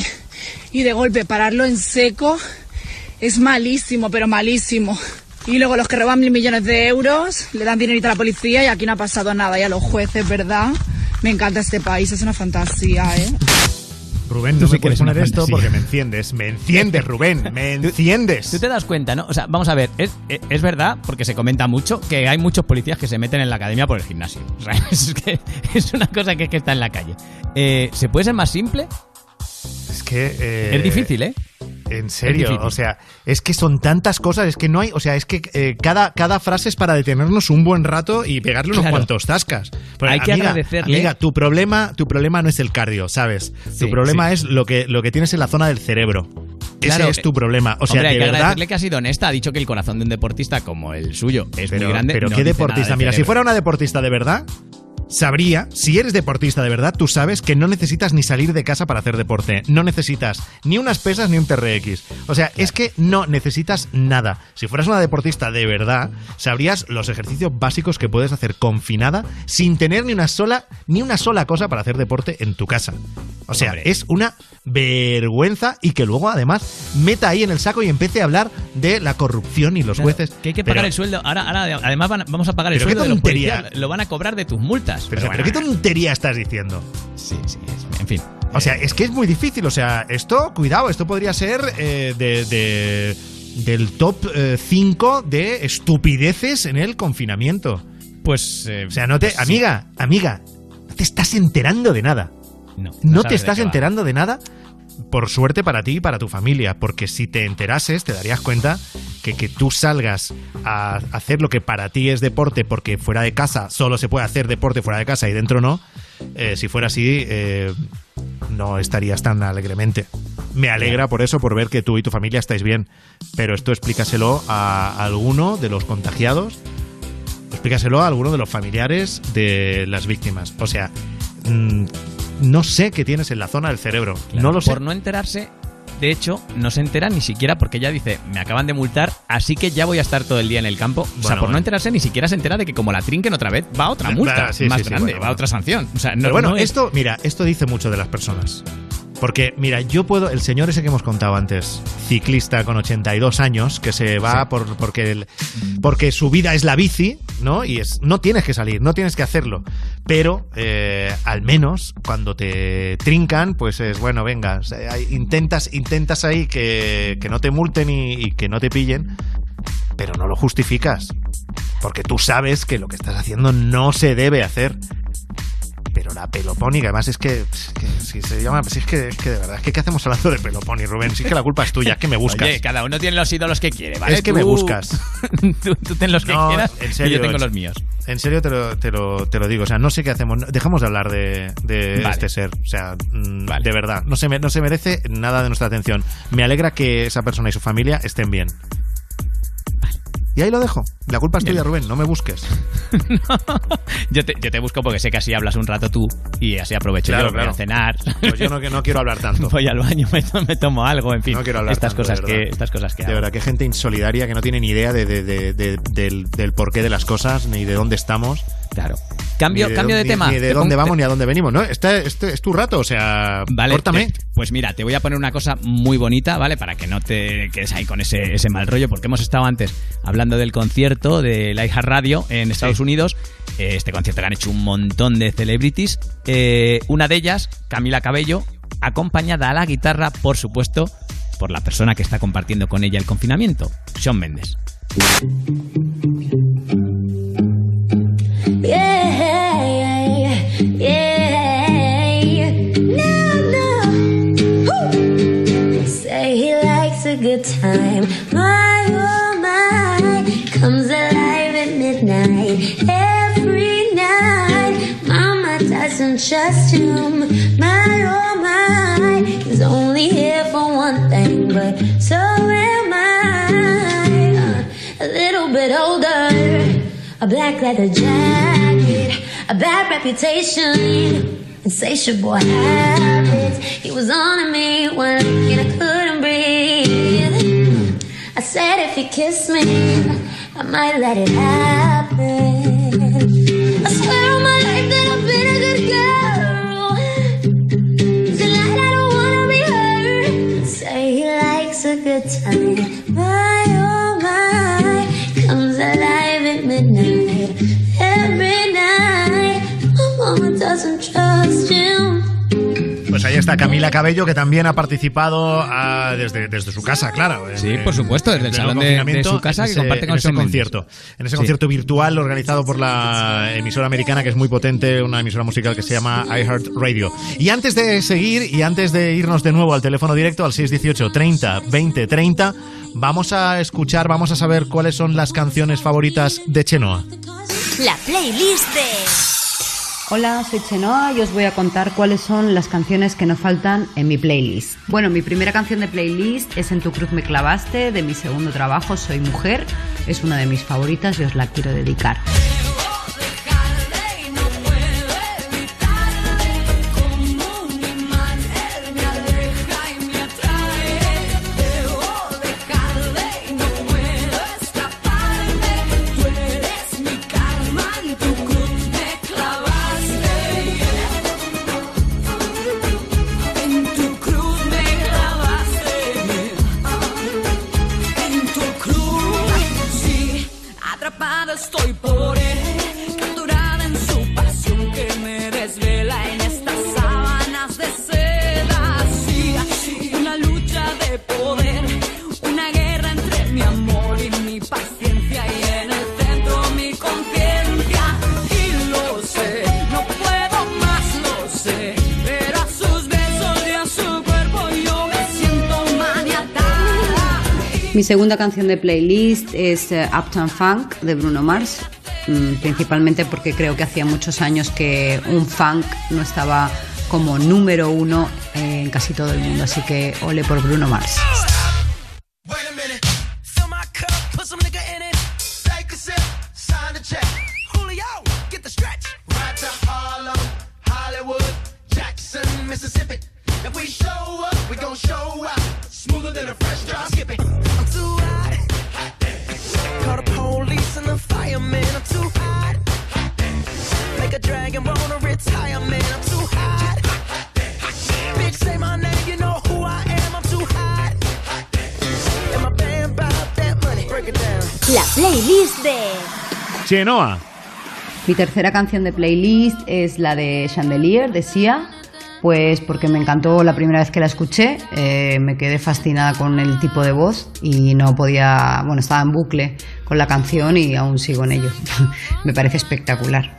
Y de golpe pararlo en seco es malísimo, pero malísimo. Y luego los que roban mil millones de euros le dan dinerito a la policía y aquí no ha pasado nada. Y a los jueces, ¿verdad? Me encanta este país, es una fantasía, ¿eh? Rubén, no me quieres poner esto porque me enciendes. Me enciendes, Rubén, me enciendes. Tú te das cuenta, ¿no? O sea, vamos a ver, es, es verdad, porque se comenta mucho, que hay muchos policías que se meten en la academia por el gimnasio. O sea, es, que es una cosa que, es que está en la calle. Eh, ¿Se puede ser más simple? Es que... Eh, es difícil, ¿eh? En serio, o sea, es que son tantas cosas, es que no hay, o sea, es que eh, cada, cada frase es para detenernos un buen rato y pegarle unos claro. cuantos tascas. Pero, hay que amiga, agradecerle. Amiga, tu problema, tu problema no es el cardio, ¿sabes? Sí, tu problema sí. es lo que, lo que tienes en la zona del cerebro. Claro, ese es tu problema. O sea, hombre, hay de que verdad. agradecerle que ha sido honesta. Ha dicho que el corazón de un deportista como el suyo es Pero, muy grande. pero no ¿qué dice deportista? nada de Mira, si cerebro. fuera una deportista de verdad, sabría, si eres deportista de verdad, tú sabes que no necesitas ni salir de casa para hacer deporte. No necesitas ni unas pesas ni un T R X. O sea, es que no necesitas nada. Si fueras una deportista de verdad, sabrías los ejercicios básicos que puedes hacer confinada sin tener ni una sola, ni una sola cosa para hacer deporte en tu casa. O sea, Hombre. es una vergüenza y que luego además meta ahí en el saco y empiece a hablar de la corrupción y los Claro, jueces. que hay que pagar Pero- el sueldo. Ahora, ahora además van a- vamos a pagar el Pero qué sueldo de los tontería. policías. Lo van a cobrar de tus multas. Pero, bueno, pero qué tontería estás diciendo. Sí, sí, es- en fin. O sea, es que es muy difícil. O sea, esto, cuidado, esto podría ser eh, de, de- del top cinco de estupideces en el confinamiento. Pues. eh, O sea, no te. pues sí. amiga, amiga, no te estás enterando de nada. No, No, sabes te de estás qué va. enterando de nada. Por suerte para ti y para tu familia, porque si te enterases te darías cuenta que que tú salgas a hacer lo que para ti es deporte, porque fuera de casa solo se puede hacer deporte fuera de casa y dentro no, eh, si fuera así eh, no estarías tan alegremente. Me alegra por eso, por ver que tú y tu familia estáis bien, pero esto explícaselo a alguno de los contagiados, explícaselo a alguno de los familiares de las víctimas. O sea, mmm, no sé qué tienes en la zona del cerebro. Claro, No lo sé. Por no enterarse, de hecho, no se entera ni siquiera porque ella dice, me acaban de multar, así que ya voy a estar todo el día en el campo. O sea, Bueno, por bueno. no enterarse ni siquiera se entera de que como la trinquen otra vez, va otra multa Ah, sí, más sí, sí, grande, bueno, va bueno. otra sanción. O sea, no, Pero bueno, no es- esto, mira, esto dice mucho de las personas. Porque, mira, yo puedo, el señor ese que hemos contado antes, ciclista con ochenta y dos años, que se va Sí. por, porque, el- porque su vida es la bici, ¿no? Y es, no tienes que salir, no tienes que hacerlo. Pero, eh, al menos, cuando te trincan, pues es, bueno, venga, o sea, hay- intentas, intentas ahí que, que no te multen y, y que no te pillen, pero no lo justificas. Porque tú sabes que lo que estás haciendo no se debe hacer. Pero la pelopónica, además es que, es que si se llama, si es que, es que de verdad, es que ¿qué hacemos hablando de peloponi, Rubén? Si es que la culpa es tuya, es que me buscas. Oye, cada uno tiene los ídolos que quiere, ¿vale? Es que Tú- me buscas. tú, tú ten los que No, quieras en serio, y yo tengo en- los míos. En serio te lo, te lo, te lo digo, o sea, no sé qué hacemos. No- Dejamos de hablar de, de Vale. este ser, o sea, mm, Vale. de verdad, no se, me- no se merece nada de nuestra atención. Me alegra que esa persona y su familia estén bien. Y ahí lo dejo. La culpa es tuya, Rubén, no me busques. Yo te, yo te busco porque sé que así hablas un rato tú y así aprovecho Claro, yo, voy claro. a cenar. Pues yo no, que- no quiero hablar tanto. Voy al baño, me, to- me tomo algo, en fin. No quiero hablar estas, tanto, cosas de que, verdad. estas cosas que De hago. verdad, qué gente insolidaria que no tiene ni idea de, de- de- de- del, del porqué de las cosas, ni de dónde estamos. Claro. Cambio, Ni cambio de dónde- tema. Ni de Te dónde pongo- vamos ni a dónde venimos, ¿no? Este, este es tu rato, o sea, Vale, córtame. te- pues mira, te voy a poner una cosa muy bonita, ¿vale? Para que no te quedes ahí con ese, ese mal rollo, porque hemos estado antes hablando del concierto de la Radio en Estados Unidos. Eh, Este concierto que han hecho un montón de celebrities. Eh, una de ellas, Camila Cabello, acompañada a la guitarra, por supuesto, por la persona que está compartiendo con ella el confinamiento, Shawn Mendes. Yeah, yeah, no, no. Woo. Say he likes a good time. My, oh my, comes alive at midnight. Every night, Mama doesn't trust him. My, oh my, he's only here for one thing, but so am I. A little bit older. A black leather jacket, a bad reputation, insatiable habits. He was on me one look and I couldn't breathe. I said if he kissed me, I might let it happen. I swear on my life that I've been a good girl. Tonight I don't wanna be hurt. Say he likes a good time. My, oh my, comes alive at midnight. Every night, my mama doesn't trust him. Pues ahí está Camila Cabello, que también ha participado ah, desde, desde su casa, claro. en- Sí, por supuesto, desde el en salón de- confinamiento, de su casa en que ese- comparte con en ese Shawn Mendes. concierto. En ese Sí. concierto virtual organizado por la emisora americana, que es muy potente, una emisora musical que se llama iHeartRadio. Y antes de seguir y antes de irnos de nuevo al teléfono directo, al seis dieciocho, treinta, veinte, treinta, vamos a escuchar, vamos a saber cuáles son las canciones favoritas de Chenoa. La playlist de Hola, soy Chenoa y os voy a contar cuáles son las canciones que no faltan en mi playlist. Bueno, mi primera canción de playlist es En tu cruz me clavaste, de mi segundo trabajo, Soy mujer. Es una de mis favoritas y os la quiero dedicar. Estoy por él, capturada en su pasión que me desvela en estas sábanas de seda. Sí, sí, una lucha de poder, una guerra entre mi amor y mi paciencia, y en el centro mi conciencia. Y lo sé, no puedo más, lo sé, pero a sus besos y a su cuerpo yo me siento maniatada. Mi segunda canción de playlist es uh, Uptown Funk de Bruno Mars, mm, principalmente porque creo que hacía muchos años que un funk no estaba como número uno en casi todo el mundo, así que ole por Bruno Mars. La playlist de Chenoa. Mi tercera canción de playlist es la de Chandelier de Sia, pues porque me encantó la primera vez que la escuché, eh, me quedé fascinada con el tipo de voz y no podía, bueno, estaba en bucle con la canción y aún sigo en ello. Me parece espectacular.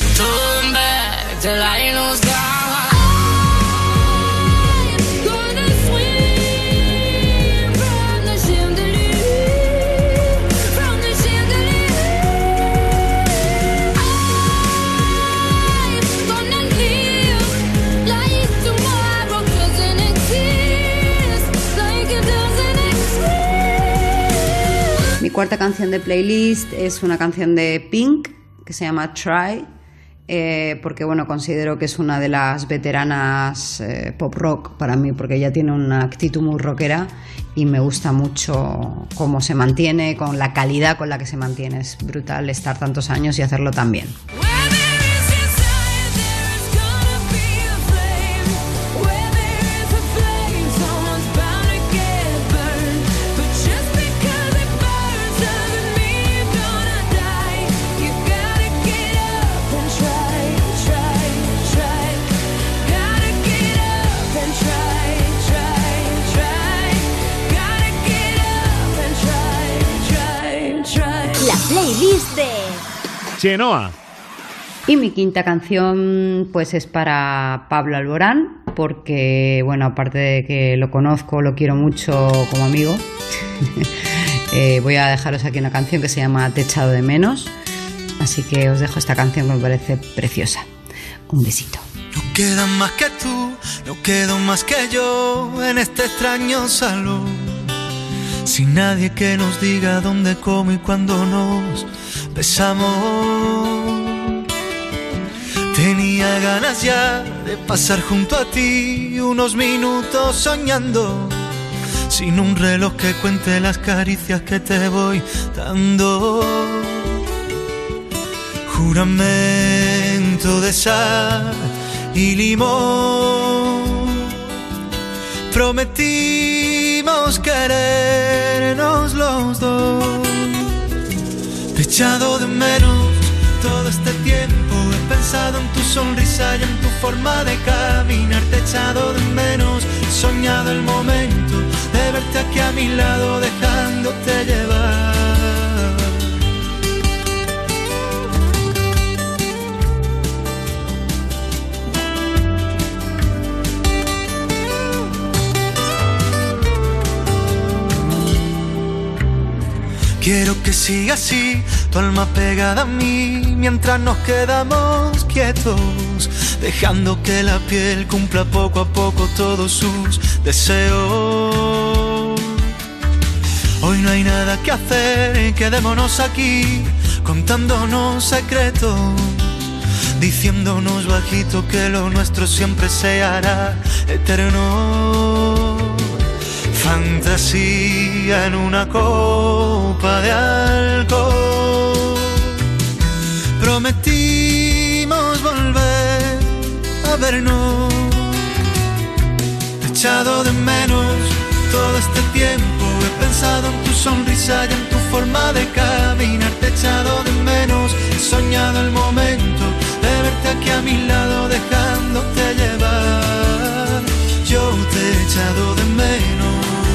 Mi cuarta canción de playlist es una canción de Pink que se llama Try, eh, porque bueno, considero que es una de las veteranas eh, pop rock para mí, porque ella tiene una actitud muy rockera y me gusta mucho cómo se mantiene, con la calidad con la que se mantiene. Es brutal estar tantos años y hacerlo tan bien. playlist de Chenoa. Y mi quinta canción pues es para Pablo Alborán, porque bueno, aparte de que lo conozco, lo quiero mucho como amigo, eh, voy a dejaros aquí una canción que se llama Te he echado de menos, así que os dejo esta canción que me parece preciosa. Un besito. No queda más que tú, no quedo más que yo en este extraño salón, sin nadie que nos diga dónde, cómo y cuándo nos besamos. Tenía ganas ya de pasar junto a ti unos minutos soñando, sin un reloj que cuente las caricias que te voy dando. Juramento de sal y limón, prometimos querernos los dos. Te he echado de menos todo este tiempo, he pensado en tu sonrisa y en tu forma de caminar. Te he echado de menos, he soñado el momento de verte aquí a mi lado, dejándote llevar. Quiero que siga así, tu alma pegada a mí, mientras nos quedamos quietos, dejando que la piel cumpla poco a poco todos sus deseos. Hoy no hay nada que hacer, quedémonos aquí, contándonos secretos, diciéndonos bajito que lo nuestro siempre se hará eterno. Fantasía en una copa de alcohol. Prometimos volver a vernos. Te he echado de menos todo este tiempo. He pensado en tu sonrisa y en tu forma de caminar. Te he echado de menos. He soñado el momento de verte aquí a mi lado, dejándote llevar. Yo te he echado de menos.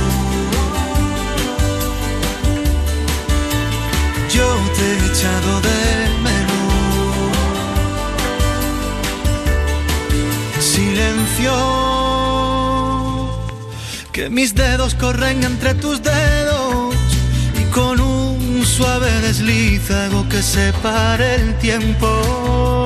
Yo te he echado de menos. Silencio, que mis dedos corren entre tus dedos y con un suave desliz hago que se pare el tiempo.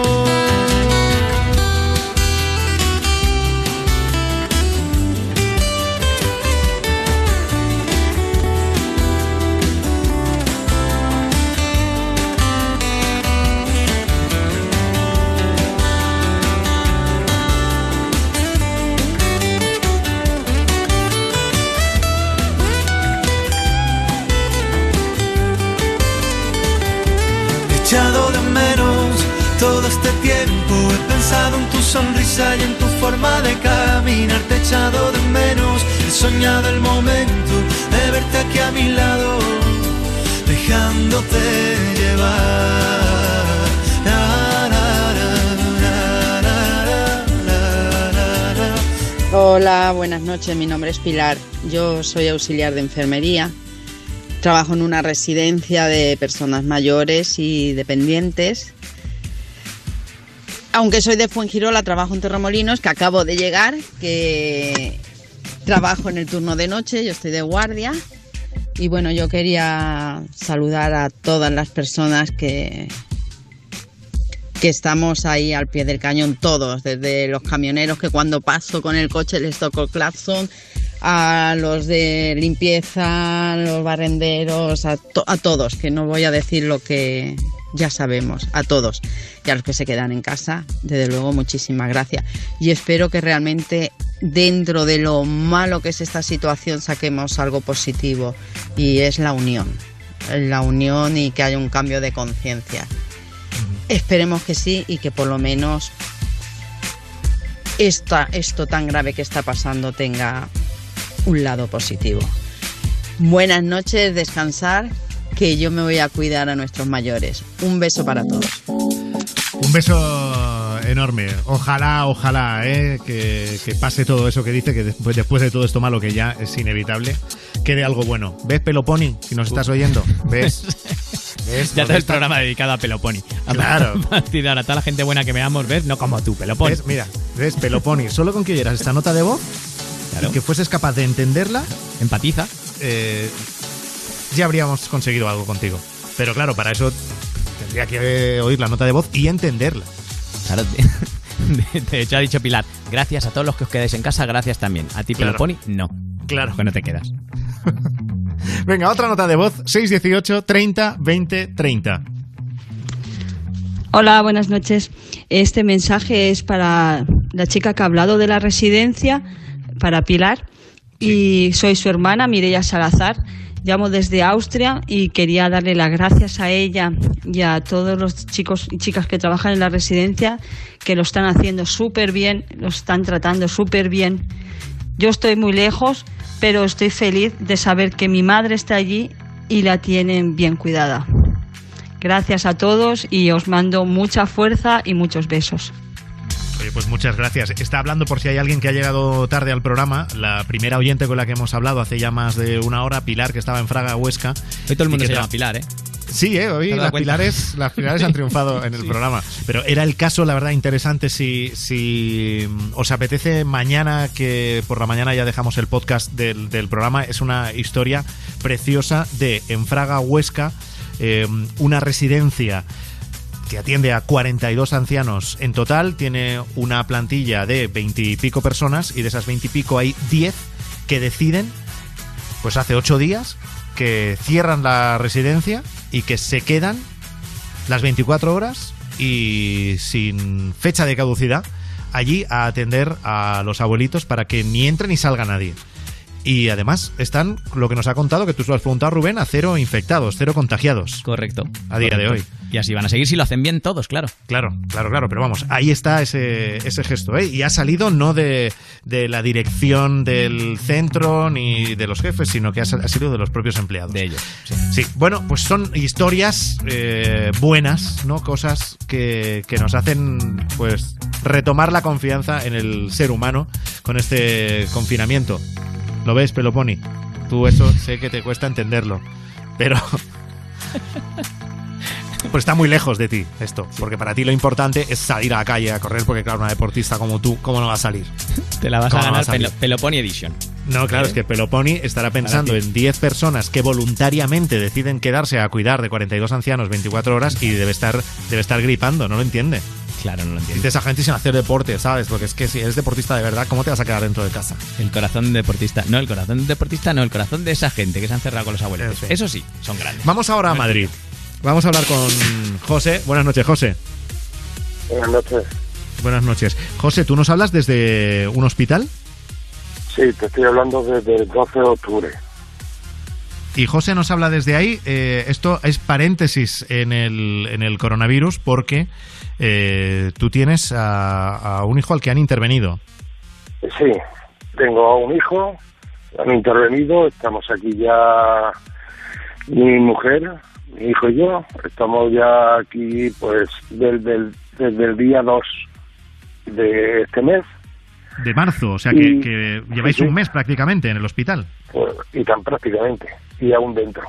He echado de menos todo este tiempo. He pensado en tu sonrisa y en tu forma de caminar. Te he echado de menos. He soñado el momento de verte aquí a mi lado, dejándote llevar. La, la, la, la, la, la, la. Hola, buenas noches. Mi nombre es Pilar. Yo soy auxiliar de enfermería. Trabajo en una residencia de personas mayores y dependientes. Aunque soy de Fuengirola, trabajo en Torremolinos, que acabo de llegar, que trabajo en el turno de noche, yo estoy de guardia. Y bueno, yo quería saludar a todas las personas que, que estamos ahí al pie del cañón, todos, desde los camioneros que cuando paso con el coche les toco el claxon, a los de limpieza, a los barrenderos, a, to- a todos, que no voy a decir lo que ya sabemos, a todos. Y a los que se quedan en casa, desde luego, muchísimas gracias. Y espero que realmente dentro de lo malo que es esta situación saquemos algo positivo, y es la unión, la unión y que haya un cambio de conciencia. Esperemos que sí, y que por lo menos esta, esto tan grave que está pasando tenga un lado positivo. Buenas noches, descansar, que yo me voy a cuidar a nuestros mayores. Un beso para todos. Un beso enorme. Ojalá, ojalá, ¿eh? que, que pase todo eso que dice, que después, después de todo esto malo que ya es inevitable, quede algo bueno. ¿Ves, Peloponi? Si nos estás oyendo, ¿ves? ¿Ves? Ya todo el programa dedicado a Peloponi. Claro. A tirar a toda la gente buena que veamos, ¿ves? No como tú, Peloponi. ¿Ves? Mira, ¿ves, Peloponi? Solo con que oyeras esta nota de voz, claro, y que fueses capaz de entenderla, empatiza, eh, ya habríamos conseguido algo contigo. Pero claro, para eso tendría que oír la nota de voz y entenderla. Claro, de hecho ha dicho Pilar, gracias a todos los que os quedáis en casa, gracias también. A ti, Claro. Peloponi, no. Claro. Que no te quedas. Venga, otra nota de voz, seis dieciocho, treinta, veinte, treinta. Hola, buenas noches. Este mensaje es para la chica que ha hablado de la residencia, para Pilar, y soy su hermana, Mireia Salazar. Llamo desde Austria y quería darle las gracias a ella y a todos los chicos y chicas que trabajan en la residencia, que lo están haciendo súper bien, lo están tratando súper bien. Yo estoy muy lejos, pero estoy feliz de saber que mi madre está allí y la tienen bien cuidada. Gracias a todos y os mando mucha fuerza y muchos besos. Oye, pues muchas gracias. Está hablando, por si hay alguien que ha llegado tarde al programa, la primera oyente con la que hemos hablado hace ya más de una hora, Pilar, que estaba en Fraga, Huesca. Hoy todo el mundo y que se tra- llama Pilar, ¿eh? Sí, eh, hoy las pilares, las pilares han triunfado en el sí. programa. Pero era el caso, la verdad, interesante. Si, si os apetece mañana, que por la mañana ya dejamos el podcast del, del programa, es una historia preciosa de en Fraga, Huesca, eh, una residencia que atiende a cuarenta y dos ancianos en total, tiene una plantilla de veinte y pico personas, y de esas veinte y pico hay diez que deciden, pues hace ocho días, que cierran la residencia y que se quedan las veinticuatro horas y sin fecha de caducidad allí a atender a los abuelitos para que ni entre ni salga nadie. Y además están, lo que nos ha contado, que tú se lo has preguntado, Rubén, a cero infectados, cero contagiados. Correcto. A día correcto. de hoy. Y así van a seguir si lo hacen bien todos, claro. Claro, claro, claro. Pero vamos, ahí está ese, ese gesto, ¿eh? Y ha salido no de, de la dirección del centro ni de los jefes, sino que ha, ha sido de los propios empleados. De ellos, sí. Sí, bueno, pues son historias eh, buenas, ¿no? Cosas que, que nos hacen, pues, retomar la confianza en el ser humano con este confinamiento. ¿Lo ves, Peloponi? Tú eso sé que te cuesta entenderlo, pero pues está muy lejos de ti esto, porque para ti lo importante es salir a la calle a correr, porque claro, una deportista como tú, ¿cómo no va a salir? Te la vas a ganar a Pel- Peloponi Edition. No, claro, ¿Eh? Es que Peloponi estará pensando en diez personas que voluntariamente deciden quedarse a cuidar de cuarenta y dos ancianos veinticuatro horas y debe estar, debe estar gripando, no lo entiende. Claro, no lo entiendo. Dice esa gente sin hacer deporte, ¿sabes? Porque es que si eres deportista de verdad, ¿cómo te vas a quedar dentro de casa? El corazón de deportista. No, el corazón de deportista no, el corazón de esa gente que se han cerrado con los abuelos. Eso, Eso sí, son grandes. Vamos ahora a Madrid. Vamos a hablar con José. Buenas noches, José. Buenas noches. Buenas noches. José, ¿tú nos hablas desde un hospital? Sí, te estoy hablando desde el doce de octubre. Y José nos habla desde ahí. Eh, esto es paréntesis en el, en el coronavirus porque eh, tú tienes a, a un hijo al que han intervenido. Sí, tengo a un hijo, han intervenido, estamos aquí ya, mi mujer, mi hijo y yo, estamos ya aquí pues desde el, desde el día dos de este mes. De marzo, o sea y, que, que lleváis sí, un mes prácticamente en el hospital. Pues, y tan prácticamente, y aún dentro.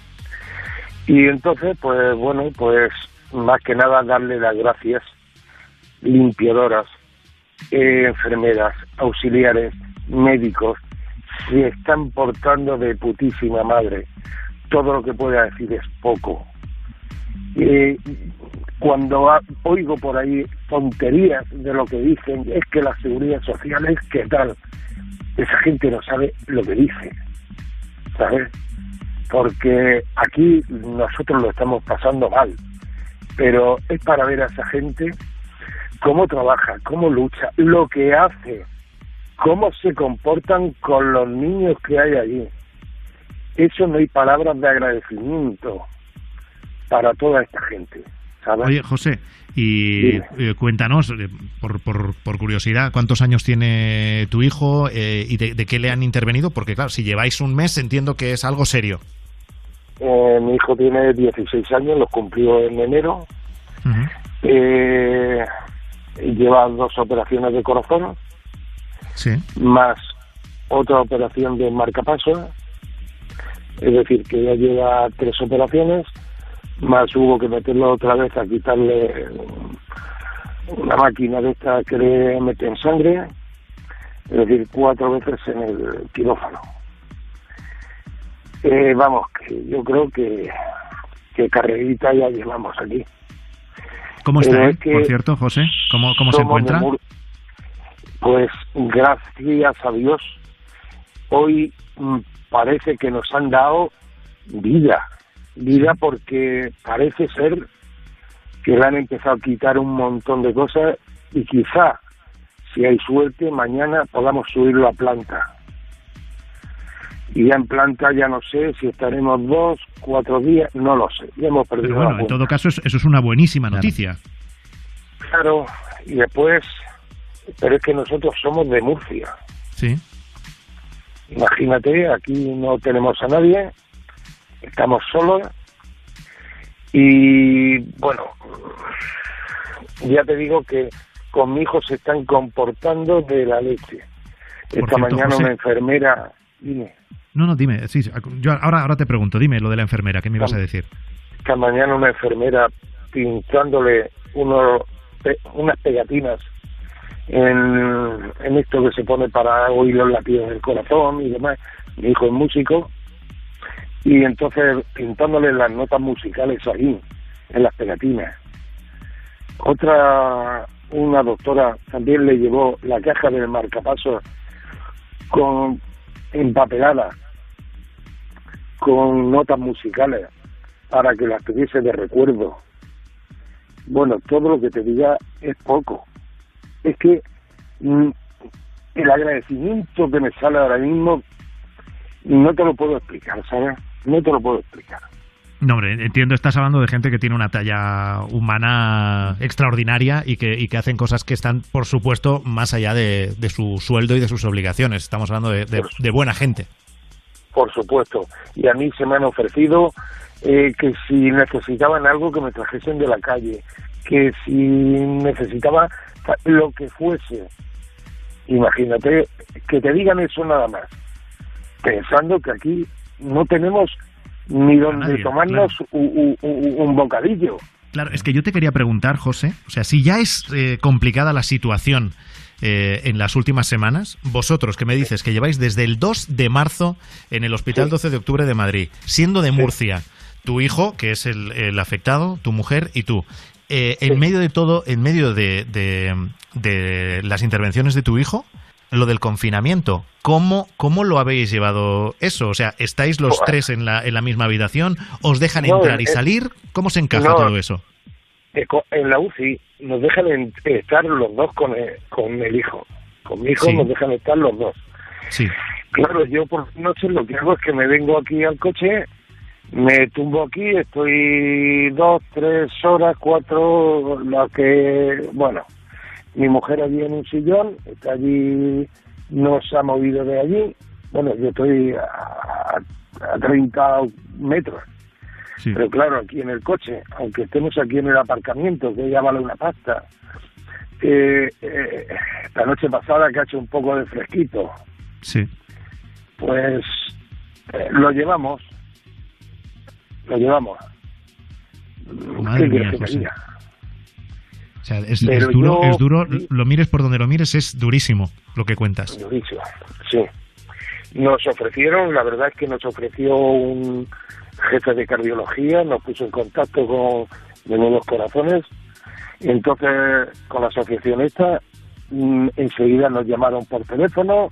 Y entonces, pues bueno, pues más que nada darle las gracias, limpiadoras, eh, enfermeras, auxiliares, médicos, se están portando de putísima madre. Todo lo que pueda decir es poco. Eh, cuando a, oigo por ahí tonterías de lo que dicen, es que la seguridad social es que tal, esa gente no sabe lo que dice, ¿sabes? Porque aquí nosotros lo estamos pasando mal, pero es para ver a esa gente cómo trabaja, cómo lucha, lo que hace, cómo se comportan con los niños que hay allí. Eso no hay palabras de agradecimiento para toda esta gente, ¿sabes? Oye, José, y eh, cuéntanos, eh, por, por, por curiosidad, ¿cuántos años tiene tu hijo eh, y de, de qué le han intervenido? Porque claro, si lleváis un mes entiendo que es algo serio. Eh, mi hijo tiene dieciséis años, los cumplió en enero. Uh-huh. eh, lleva dos operaciones de corazón, sí, más otra operación de marcapaso, es decir, que ya lleva tres operaciones, más hubo que meterlo otra vez a quitarle una máquina de esta que le mete en sangre, es decir, cuatro veces en el quirófano. Eh, vamos, que yo creo que, que carrerita ya llevamos aquí. ¿Cómo está él, por cierto, José? ¿Cómo, cómo se encuentra? Mur- pues gracias a Dios, hoy mm, parece que nos han dado vida. Vida porque parece ser que le han empezado a quitar un montón de cosas y quizá, si hay suerte, mañana podamos subirlo a planta. Y ya en planta ya no sé si estaremos dos, cuatro días, no lo sé. Ya hemos perdido. Pero bueno, en todo caso eso es una buenísima noticia. Claro, y después, pero es que nosotros somos de Murcia. Sí. Imagínate, aquí no tenemos a nadie. Estamos solos y bueno, ya te digo que con mi hijo se están comportando de la leche. Esta cierto, mañana José, una enfermera, dime. No, no, dime, sí, yo ahora, ahora te pregunto, dime lo de la enfermera, ¿qué me ibas a decir? esta mañana una enfermera pintándole unos, unas pegatinas en, en esto que se pone para oír los latidos del corazón y demás. Mi hijo es músico, y entonces pintándole las notas musicales ahí, en las pegatinas. Otra, una doctora también le llevó la caja del marcapasos con empapelada, con notas musicales, para que las tuviese de recuerdo. Bueno, todo lo que te diga es poco. Es que mm, el agradecimiento que me sale ahora mismo no te lo puedo explicar, ¿sabes? No te lo puedo explicar. No, hombre, entiendo, estás hablando de gente que tiene una talla humana extraordinaria y que, y que hacen cosas que están, por supuesto, más allá de, de su sueldo y de sus obligaciones. Estamos hablando de, de, de buena gente. Por supuesto. Y a mí se me han ofrecido eh, que si necesitaban algo que me trajesen de la calle, que si necesitaba lo que fuese. Imagínate que te digan eso nada más, pensando que aquí no tenemos ni donde nadie, tomarnos claro. un, un, un bocadillo. Claro, es que yo te quería preguntar, José, o sea, si ya es eh, complicada la situación eh, en las últimas semanas, vosotros que me dices que lleváis desde el dos de marzo en el Hospital sí. doce de octubre de Madrid, siendo de Murcia, sí. tu hijo, que es el, el afectado, tu mujer y tú, eh, sí. en medio de todo, en medio de, de, de las intervenciones de tu hijo, lo del confinamiento, ¿cómo, cómo lo habéis llevado eso? O sea, ¿estáis los tres en la, en la misma habitación? ¿Os dejan no, entrar y eh, salir? ¿Cómo se encaja no, todo eso? En la U C I nos dejan estar los dos con el, con el hijo. Con mi hijo sí. nos dejan estar los dos. Sí. Claro, yo por noche lo que hago es que me vengo aquí al coche, me tumbo aquí, estoy dos, tres horas, cuatro, la que... bueno... Mi mujer allí en un sillón, está allí, no se ha movido de allí. Bueno, yo estoy a, a treinta metros. Sí. Pero claro, aquí en el coche, aunque estemos aquí en el aparcamiento, que ya vale una pasta. Eh, eh, esta noche pasada que ha hecho un poco de fresquito. Sí. Pues eh, lo llevamos. Lo llevamos. Madre mía, José. O sea, es, es duro, yo, es duro, lo mires por donde lo mires, es durísimo lo que cuentas. Durísimo, sí. Nos ofrecieron, la verdad es que nos ofreció un jefe de cardiología, nos puso en contacto con de Nuevos Corazones, y entonces con la asociación esta, enseguida nos llamaron por teléfono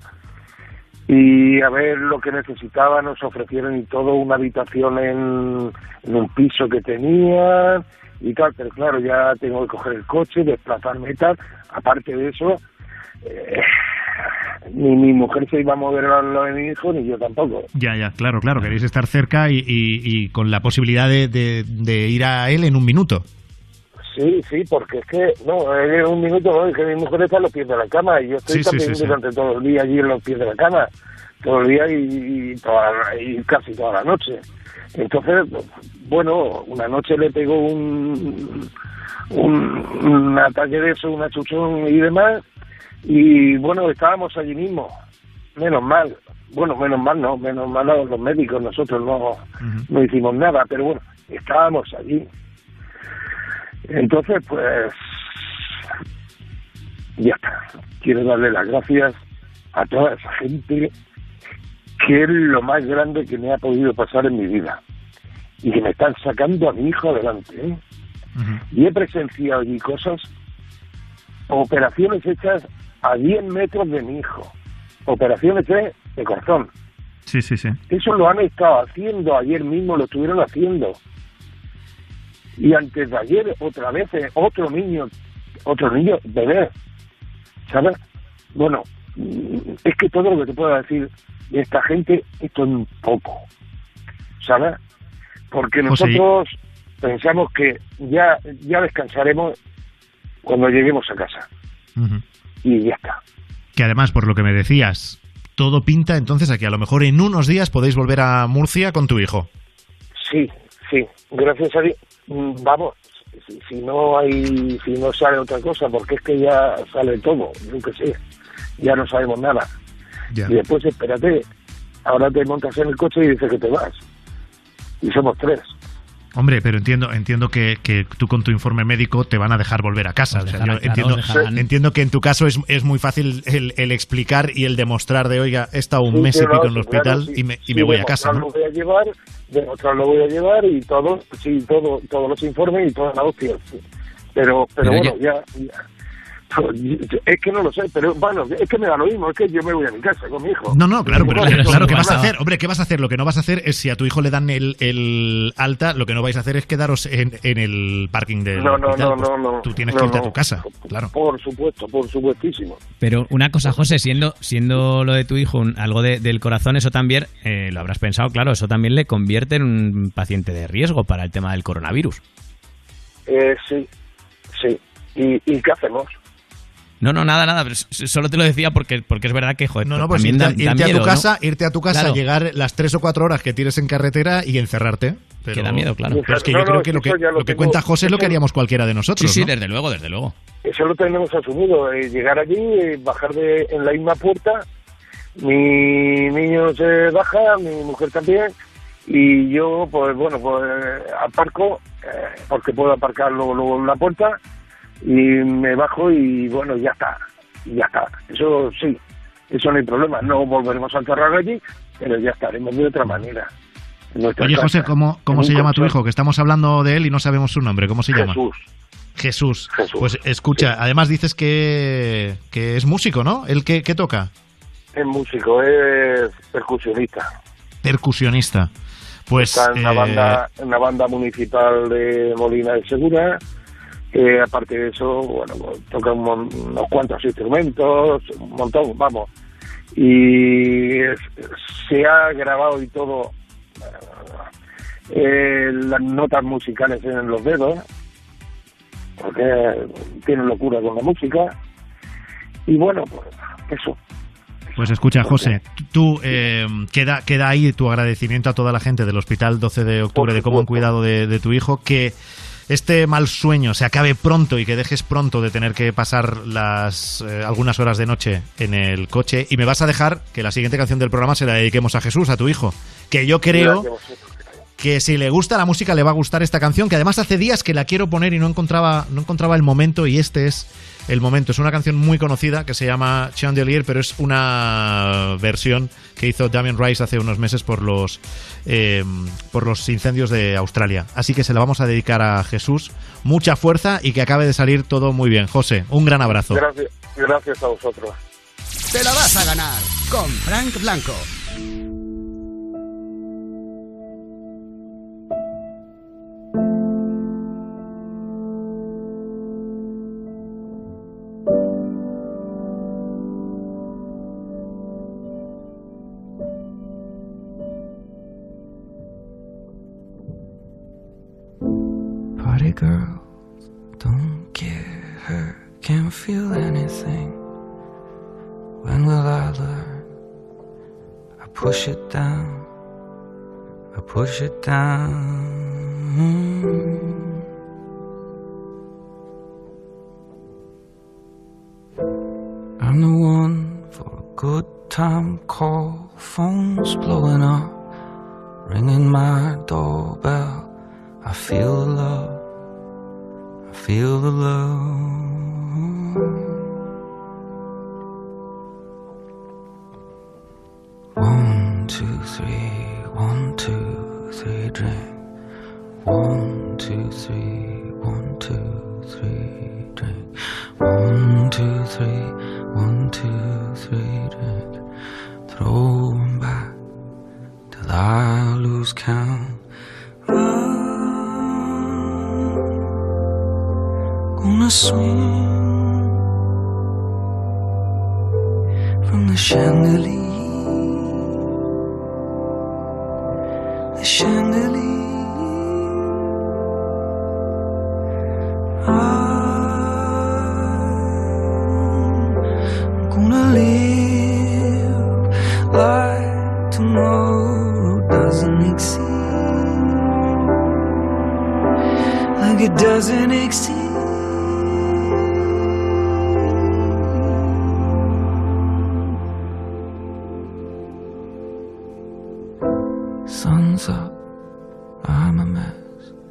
y a ver lo que necesitaban, nos ofrecieron y todo, una habitación en, en un piso que tenían y tal, pero claro, ya tengo que coger el coche, desplazarme y tal. Aparte de eso, eh, ni mi mujer se iba a mover a lo de mi hijo, ni yo tampoco. Ya, ya, claro, claro, queréis estar cerca y, y, y con la posibilidad de, de, de ir a él en un minuto. Sí, sí, porque es que, no, en un minuto, no, es que mi mujer está a los pies de la cama y yo estoy sí, también sí, sí, durante sí. todo el día allí en los pies de la cama, todo el día y, y, toda la, y casi toda la noche. Entonces, bueno, una noche le pegó un, un, un ataque de eso, una chuchón y demás, y bueno, estábamos allí mismo, menos mal, bueno, menos mal no, menos mal los médicos, nosotros no, uh-huh. no hicimos nada, pero bueno, estábamos allí. Entonces, pues, ya está, quiero darle las gracias a toda esa gente que es lo más grande que me ha podido pasar en mi vida y que me están sacando a mi hijo adelante, ¿eh? Uh-huh. Y he presenciado allí cosas, operaciones hechas a diez metros de mi hijo, operaciones de, de corazón. Sí, sí, sí. Eso lo han estado haciendo, ayer mismo lo estuvieron haciendo. Y antes de ayer, otra vez, otro niño, otro niño, bebé, ¿sabes? Bueno, es que todo lo que te puedo decir de esta gente, esto es un poco, ¿sabes? Porque nosotros sí. pensamos que ya ya descansaremos cuando lleguemos a casa. Uh-huh. Y ya está. Que además, por lo que me decías, todo pinta entonces a que a lo mejor en unos días podéis volver a Murcia con tu hijo. Sí, sí, gracias a Dios. Vamos, si, si no hay, si no sale otra cosa, porque es que ya sale todo, yo qué sé, ya no sabemos nada. Ya. Y después, espérate, ahora te montas en el coche y dices que te vas. Y somos tres. Hombre, pero entiendo entiendo que, que tú con tu informe médico te van a dejar volver a casa. O sea, yo entiendo, entiendo que en tu caso es, es muy fácil el, el explicar y el demostrar de, oiga, he estado un Sí, mes y claro, pico en el sí, hospital claro, sí. y me, y Sí, me voy a casa, ¿no? Lo voy a llevar, demostrarlo voy a llevar y todo, sí, todo, todos los informes y toda la hostia. Sí. Pero, pero, Pero bueno, ya, ya. Es que no lo sé, pero bueno, es que me da lo mismo, es que yo me voy a mi casa con mi hijo. No, no, claro, pero Bueno, claro, claro, ¿qué vas a nada. hacer? Hombre, ¿qué vas a hacer? Lo que no vas a hacer es, si a tu hijo le dan el, el alta, lo que no vais a hacer es quedaros en, en el parking del No, no, hospital. no, Pues no, no. Tú tienes No, que irte no. a tu casa, claro. Por supuesto, por supuestísimo. Pero una cosa, José, siendo siendo lo de tu hijo un- algo de- del corazón, eso también, eh, lo habrás pensado, claro, eso también le convierte en un paciente de riesgo para el tema del coronavirus. Eh, sí, sí. ¿Y, ¿Y qué hacemos? No, no, nada, nada, pero s- solo te lo decía porque, porque es verdad que, joder, No, no, pues también irte, da, irte da a miedo, tu ¿no? casa, irte a tu casa, Claro. llegar las tres o cuatro horas que tienes en carretera y encerrarte. Pero, Que da miedo, claro. Pero es que No, yo no, creo que lo que, eso ya lo lo que tengo- cuenta José es lo que eso- haríamos cualquiera de nosotros, Sí, sí, ¿no? desde luego, desde luego. Eso lo tenemos asumido, eh, llegar allí, eh, bajar de, en la misma puerta, mi niño se baja, mi mujer también, y yo, pues bueno, pues eh, aparco, eh, porque puedo aparcar luego, luego en la puerta, y me bajo y bueno, ya está, y ya está. Eso sí, eso no hay problema, no volveremos a encerrar allí, pero ya estaremos de otra manera. en nuestra Oye, casa, José, ¿cómo, cómo en se un llama tu colchón. hijo? Que estamos hablando de él y no sabemos su nombre. ¿Cómo se llama? Jesús. Jesús. Jesús. Pues escucha, además dices que, que es músico, ¿no? ¿El que, que toca? Es músico, es percusionista. Percusionista. Pues Está en una, eh, banda, en una banda municipal de Molina de Segura. Eh, aparte de eso, bueno, pues, toca un mon- unos cuantos instrumentos, un montón, vamos. Y es- se ha grabado y todo eh, las notas musicales en los dedos, porque tiene locura con la música. Y bueno, pues eso. Pues escucha, José, tú eh, queda, queda ahí tu agradecimiento a toda la gente del Hospital doce de octubre de cómo han cuidado de, de tu hijo, que este mal sueño se acabe pronto y que dejes pronto de tener que pasar las eh, algunas horas de noche en el coche, y me vas a dejar que la siguiente canción del programa se la dediquemos a Jesús, a tu hijo, que yo creo que si le gusta la música le va a gustar esta canción, que además hace días que la quiero poner y no encontraba, no encontraba el momento, y este es el momento. Es una canción muy conocida que se llama Chandelier, pero es una versión que hizo Damien Rice hace unos meses por los eh, por los incendios de Australia. Así que se la vamos a dedicar a Jesús. Mucha fuerza y que acabe de salir todo muy bien. José, un gran abrazo. Gracias, gracias a vosotros. Te la vas a ganar con Frank Blanco. Party girls don't get hurt, can't feel anything. When will I learn? I push it down, I push it down. I'm the one for a good time call, phone's blowing up, ringing my doorbell. I feel the love, I feel the love. One, two, three, one, two, three, drink. One, two, three, one, two, three, drink. One, two, three, one, two, three, drink. Throw 'em back till I lose count. Gonna swing from the chandelier, the chandelier. I'm gonna live like tomorrow doesn't exist, like it doesn't exist. Sun's up, I'm a mess.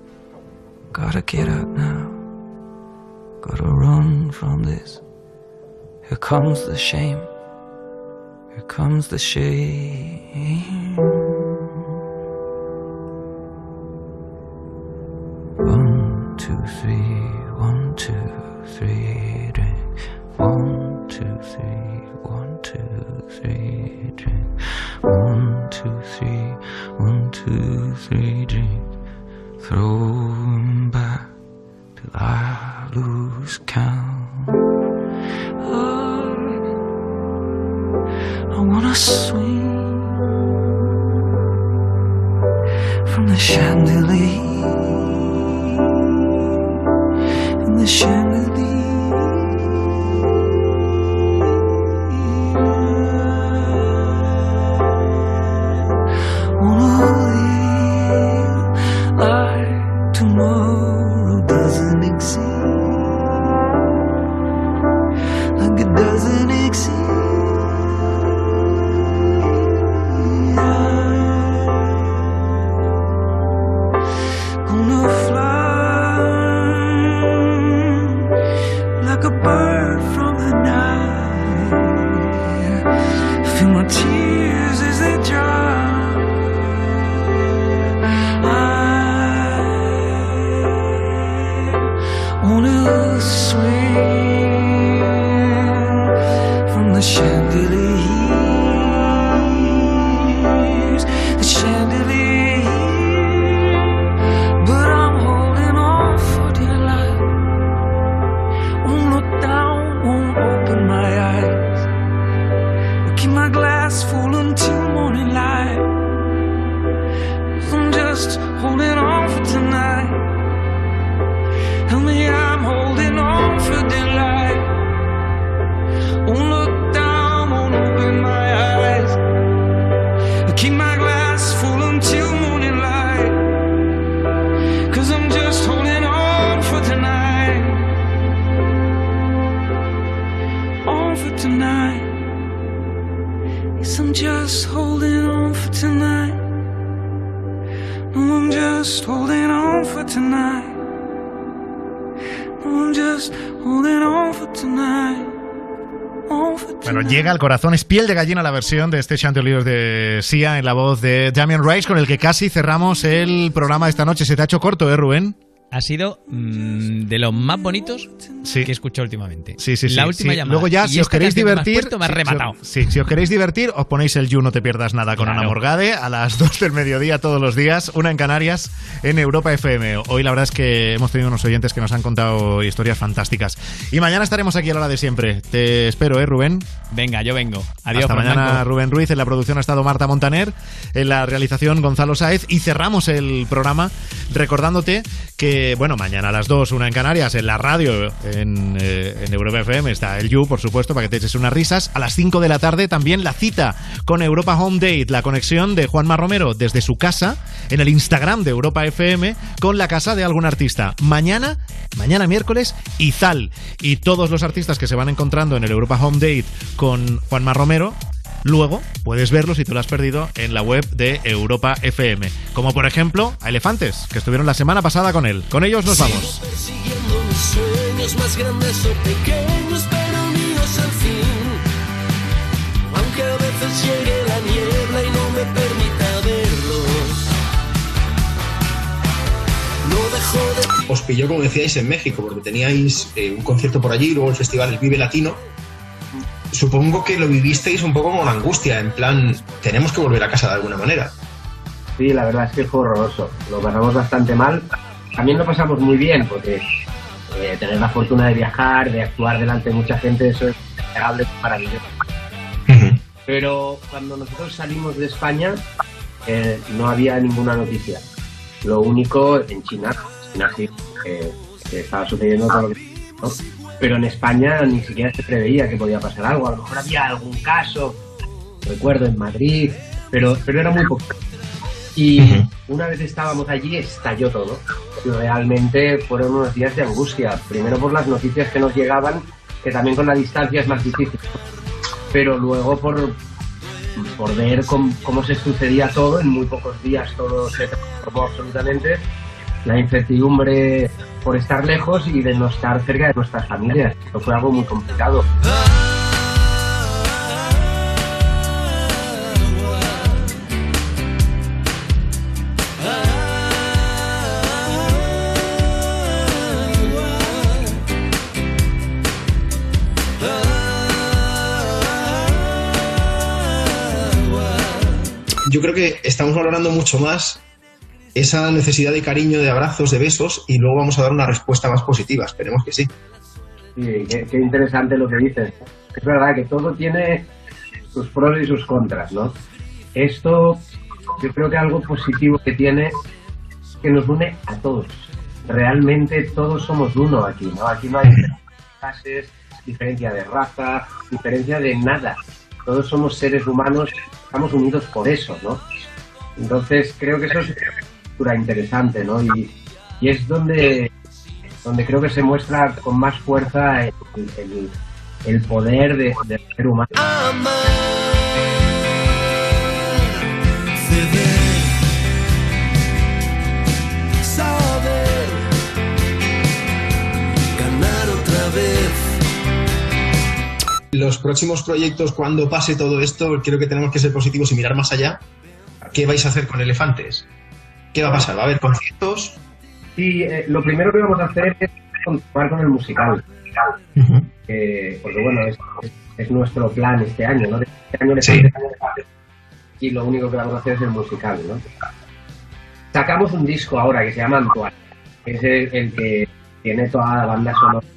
Gotta get up now. Gotta run from this. Here comes the shame. Here comes the shame. One, two, three. One, two, three. Drink. One, two, three. One, two, three. Drink. One, two, three. One, two, three. Drink. Throw them back till I lose count. Oh, I wanna swing from the chandelier, in the chandelier. Wanna live like tomorrow doesn't exist, like it doesn't exist. Gonna fly like a bird from the night. Feel my tears as they dry. Wanna swing from the chandeliers, the chandelier, but I'm holding on for dear life. Won't look down, won't open my eyes. I'll keep my glass full until morning light. I'm just holding on for tonight. Tell me I'm holding on for dear life. Won't look down, won't open my eyes. I keep my glass full until morning light. Cause I'm just holding on for tonight. On for tonight. Yes, I'm just holding on for tonight. No, I'm just holding on for tonight. I'm just holding on for tonight. On for tonight. Bueno, llega al corazón, es piel de gallina la versión de este Chandelier de Sia en la voz de Damien Rice, con el que casi cerramos el programa de esta noche. Se te ha hecho corto, ¿eh, Rubén? Ha sido mmm, de los más bonitos sí. que he escuchado últimamente. Sí, sí, la sí, última sí. llamada. Luego ya, y si os queréis divertir... Me has puesto, me has sí, rematado. Sí, si os queréis divertir, os ponéis el You No Te Pierdas Nada con claro. Ana Morgade a las dos del mediodía todos los días, una en Canarias, en Europa F M. Hoy la verdad es que hemos tenido unos oyentes que nos han contado historias fantásticas. Y mañana estaremos aquí a la hora de siempre. Te espero, ¿eh, Rubén? Venga, yo vengo. Adiós, Hasta mañana, Blanco. Rubén Ruiz. En la producción ha estado Marta Montaner, en la realización Gonzalo Sáez, y cerramos el programa recordándote que, bueno, mañana a las dos, una en Canarias, en la radio, en, eh, en Europa F M, está el You, por supuesto, para que te eches unas risas. A las cinco de la tarde también la cita con Europa Home Date, la conexión de Juanma Romero desde su casa, en el Instagram de Europa F M, con la casa de algún artista. Mañana, mañana miércoles, Izal. Y todos los artistas que se van encontrando en el Europa Home Date con Juanma Romero, luego puedes verlo, si tú lo has perdido, en la web de Europa F M. Como por ejemplo a Elefantes, que estuvieron la semana pasada con él. Con ellos nos vamos. Sigo persiguiendo mis sueños más grandes o pequeños, pero míos al fin. Aunque a veces llegue la niebla y no me permita verlos. No dejo de... Os pilló, como decíais, en México, porque teníais eh, un concierto por allí, luego el festival El Vive Latino. Supongo que lo vivisteis un poco con angustia, en plan, tenemos que volver a casa de alguna manera. Sí, la verdad es que fue horroroso. Lo pasamos bastante mal. También lo pasamos muy bien, porque eh, tener la fortuna de viajar, de actuar delante de mucha gente, eso es innegable, maravilloso. Uh-huh. Pero cuando nosotros salimos de España, eh, no había ninguna noticia. Lo único en China, China sí, eh, que estaba sucediendo todo lo que... ¿no? Pero en España ni siquiera se preveía que podía pasar algo. A lo mejor había algún caso, recuerdo, en Madrid, pero, pero era muy poco. Y uh-huh. una vez estábamos allí, estalló todo. Y realmente fueron unos días de angustia. Primero por las noticias que nos llegaban, que también con la distancia es más difícil. Pero luego por, por ver cómo, cómo se sucedía todo. En muy pocos días todo se transformó absolutamente. la incertidumbre por estar lejos y de no estar cerca de nuestras familias. Esto fue algo muy complicado. Yo creo que estamos valorando mucho más esa necesidad de cariño, de abrazos, de besos, y luego vamos a dar una respuesta más positiva. Esperemos que sí. Sí, qué, qué interesante lo que dices. Es verdad que todo tiene sus pros y sus contras, ¿no? Esto, yo creo que algo positivo que tiene es que nos une a todos. Realmente todos somos uno aquí, ¿no? Aquí no hay clases, diferencia de raza, diferencia de nada. Todos somos seres humanos, estamos unidos por eso, ¿no? Entonces creo que eso es una cultura interesante, ¿no? Y, y es donde, donde creo que se muestra con más fuerza el, el, el poder de, del ser humano. Saber ganar otra vez. Los próximos proyectos, cuando pase todo esto, creo que tenemos que ser positivos y mirar más allá. ¿Qué vais a hacer con Elefantes? ¿Qué va a pasar? ¿Va a haber conciertos? Sí, eh, lo primero que vamos a hacer es continuar con el musical. Uh-huh. eh, porque bueno, es, es, es nuestro plan este año, ¿no? Este año Elefantes, sí. Y lo único que vamos a hacer es el musical, ¿no? Sacamos un disco ahora que se llama Antoine, que es el, el que tiene toda la banda sonora.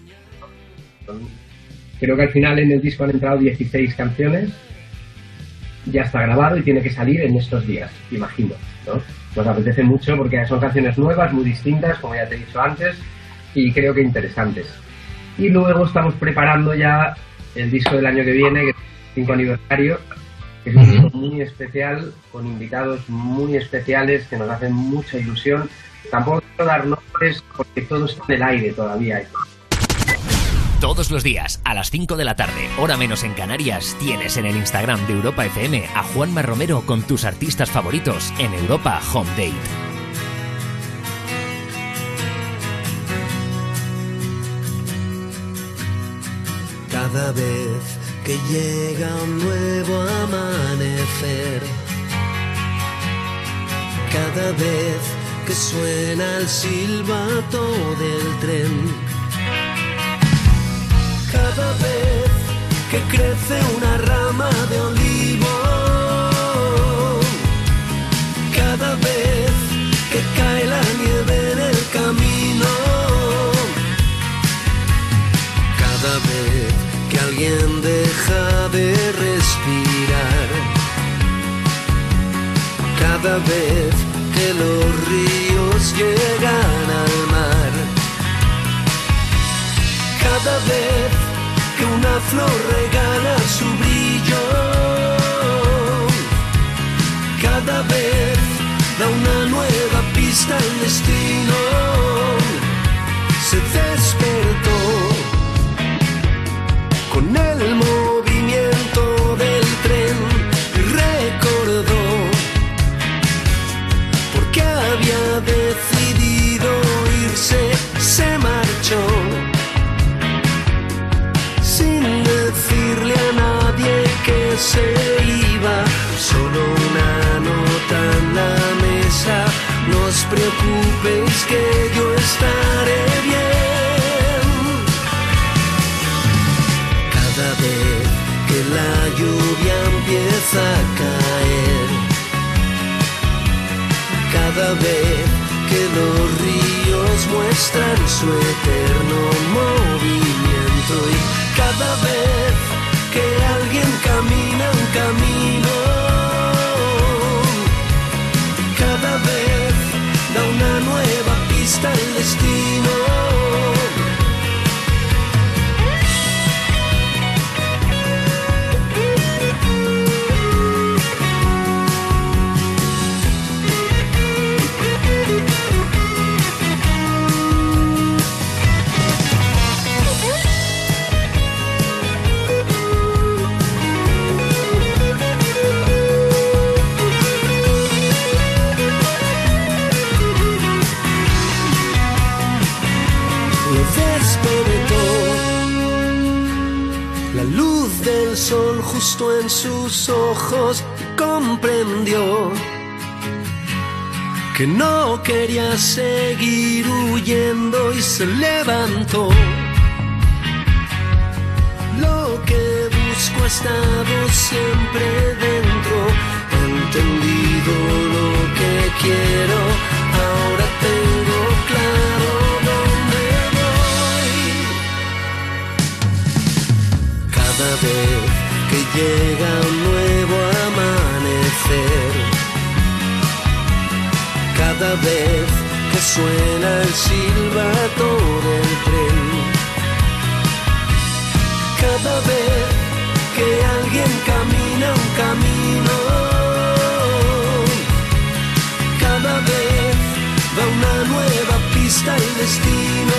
Creo que al final en el disco han entrado dieciséis canciones, ya está grabado y tiene que salir en estos días, imagino, ¿no? Nos apetece mucho porque son canciones nuevas, muy distintas, como ya te he dicho antes, y creo que interesantes. Y luego estamos preparando ya el disco del año que viene, que es el cinco aniversario, que es un disco muy especial, con invitados muy especiales que nos hacen mucha ilusión. Tampoco quiero dar nombres porque todo está en el aire todavía. Todos los días, a las cinco de la tarde, hora menos en Canarias, tienes en el Instagram de Europa F M a Juanma Romero con tus artistas favoritos en Europa Home Date. Cada vez que llega un nuevo amanecer, cada vez que suena el silbato del tren, cada vez que crece una rama de olivo, cada vez que cae la nieve en el camino, cada vez que alguien deja de respirar, cada vez que los ríos llegan al mar, cada vez que una flor regala su brillo, cada vez da una nueva pista al destino, se despertó con el movimiento del tren y recordó por qué había decidido irse, se marchó sin decirle a nadie que se iba, solo una nota en la mesa, no os preocupéis que yo estaré bien. Cada vez que la lluvia empieza a caer, cada vez que los ríos muestran su eterno movimiento y cada vez que alguien camina un camino, cada vez da una nueva pista al destino. sol justo en sus ojos y comprendió que no quería seguir huyendo y se levantó. Lo que busco ha estado siempre dentro, he entendido lo que quiero, ahora tengo claro dónde voy. Cada vez que llega un nuevo amanecer, cada vez que suena el silbato del tren, cada vez que alguien camina un camino, cada vez va una nueva pista al destino.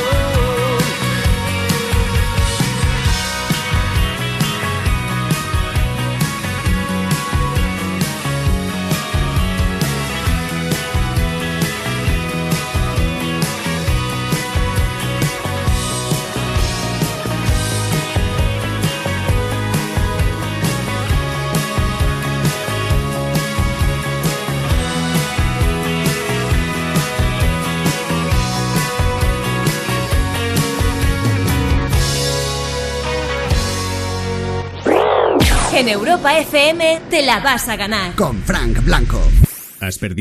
En Europa F M te la vas a ganar. Con Frank Blanco. ¿Has perdido?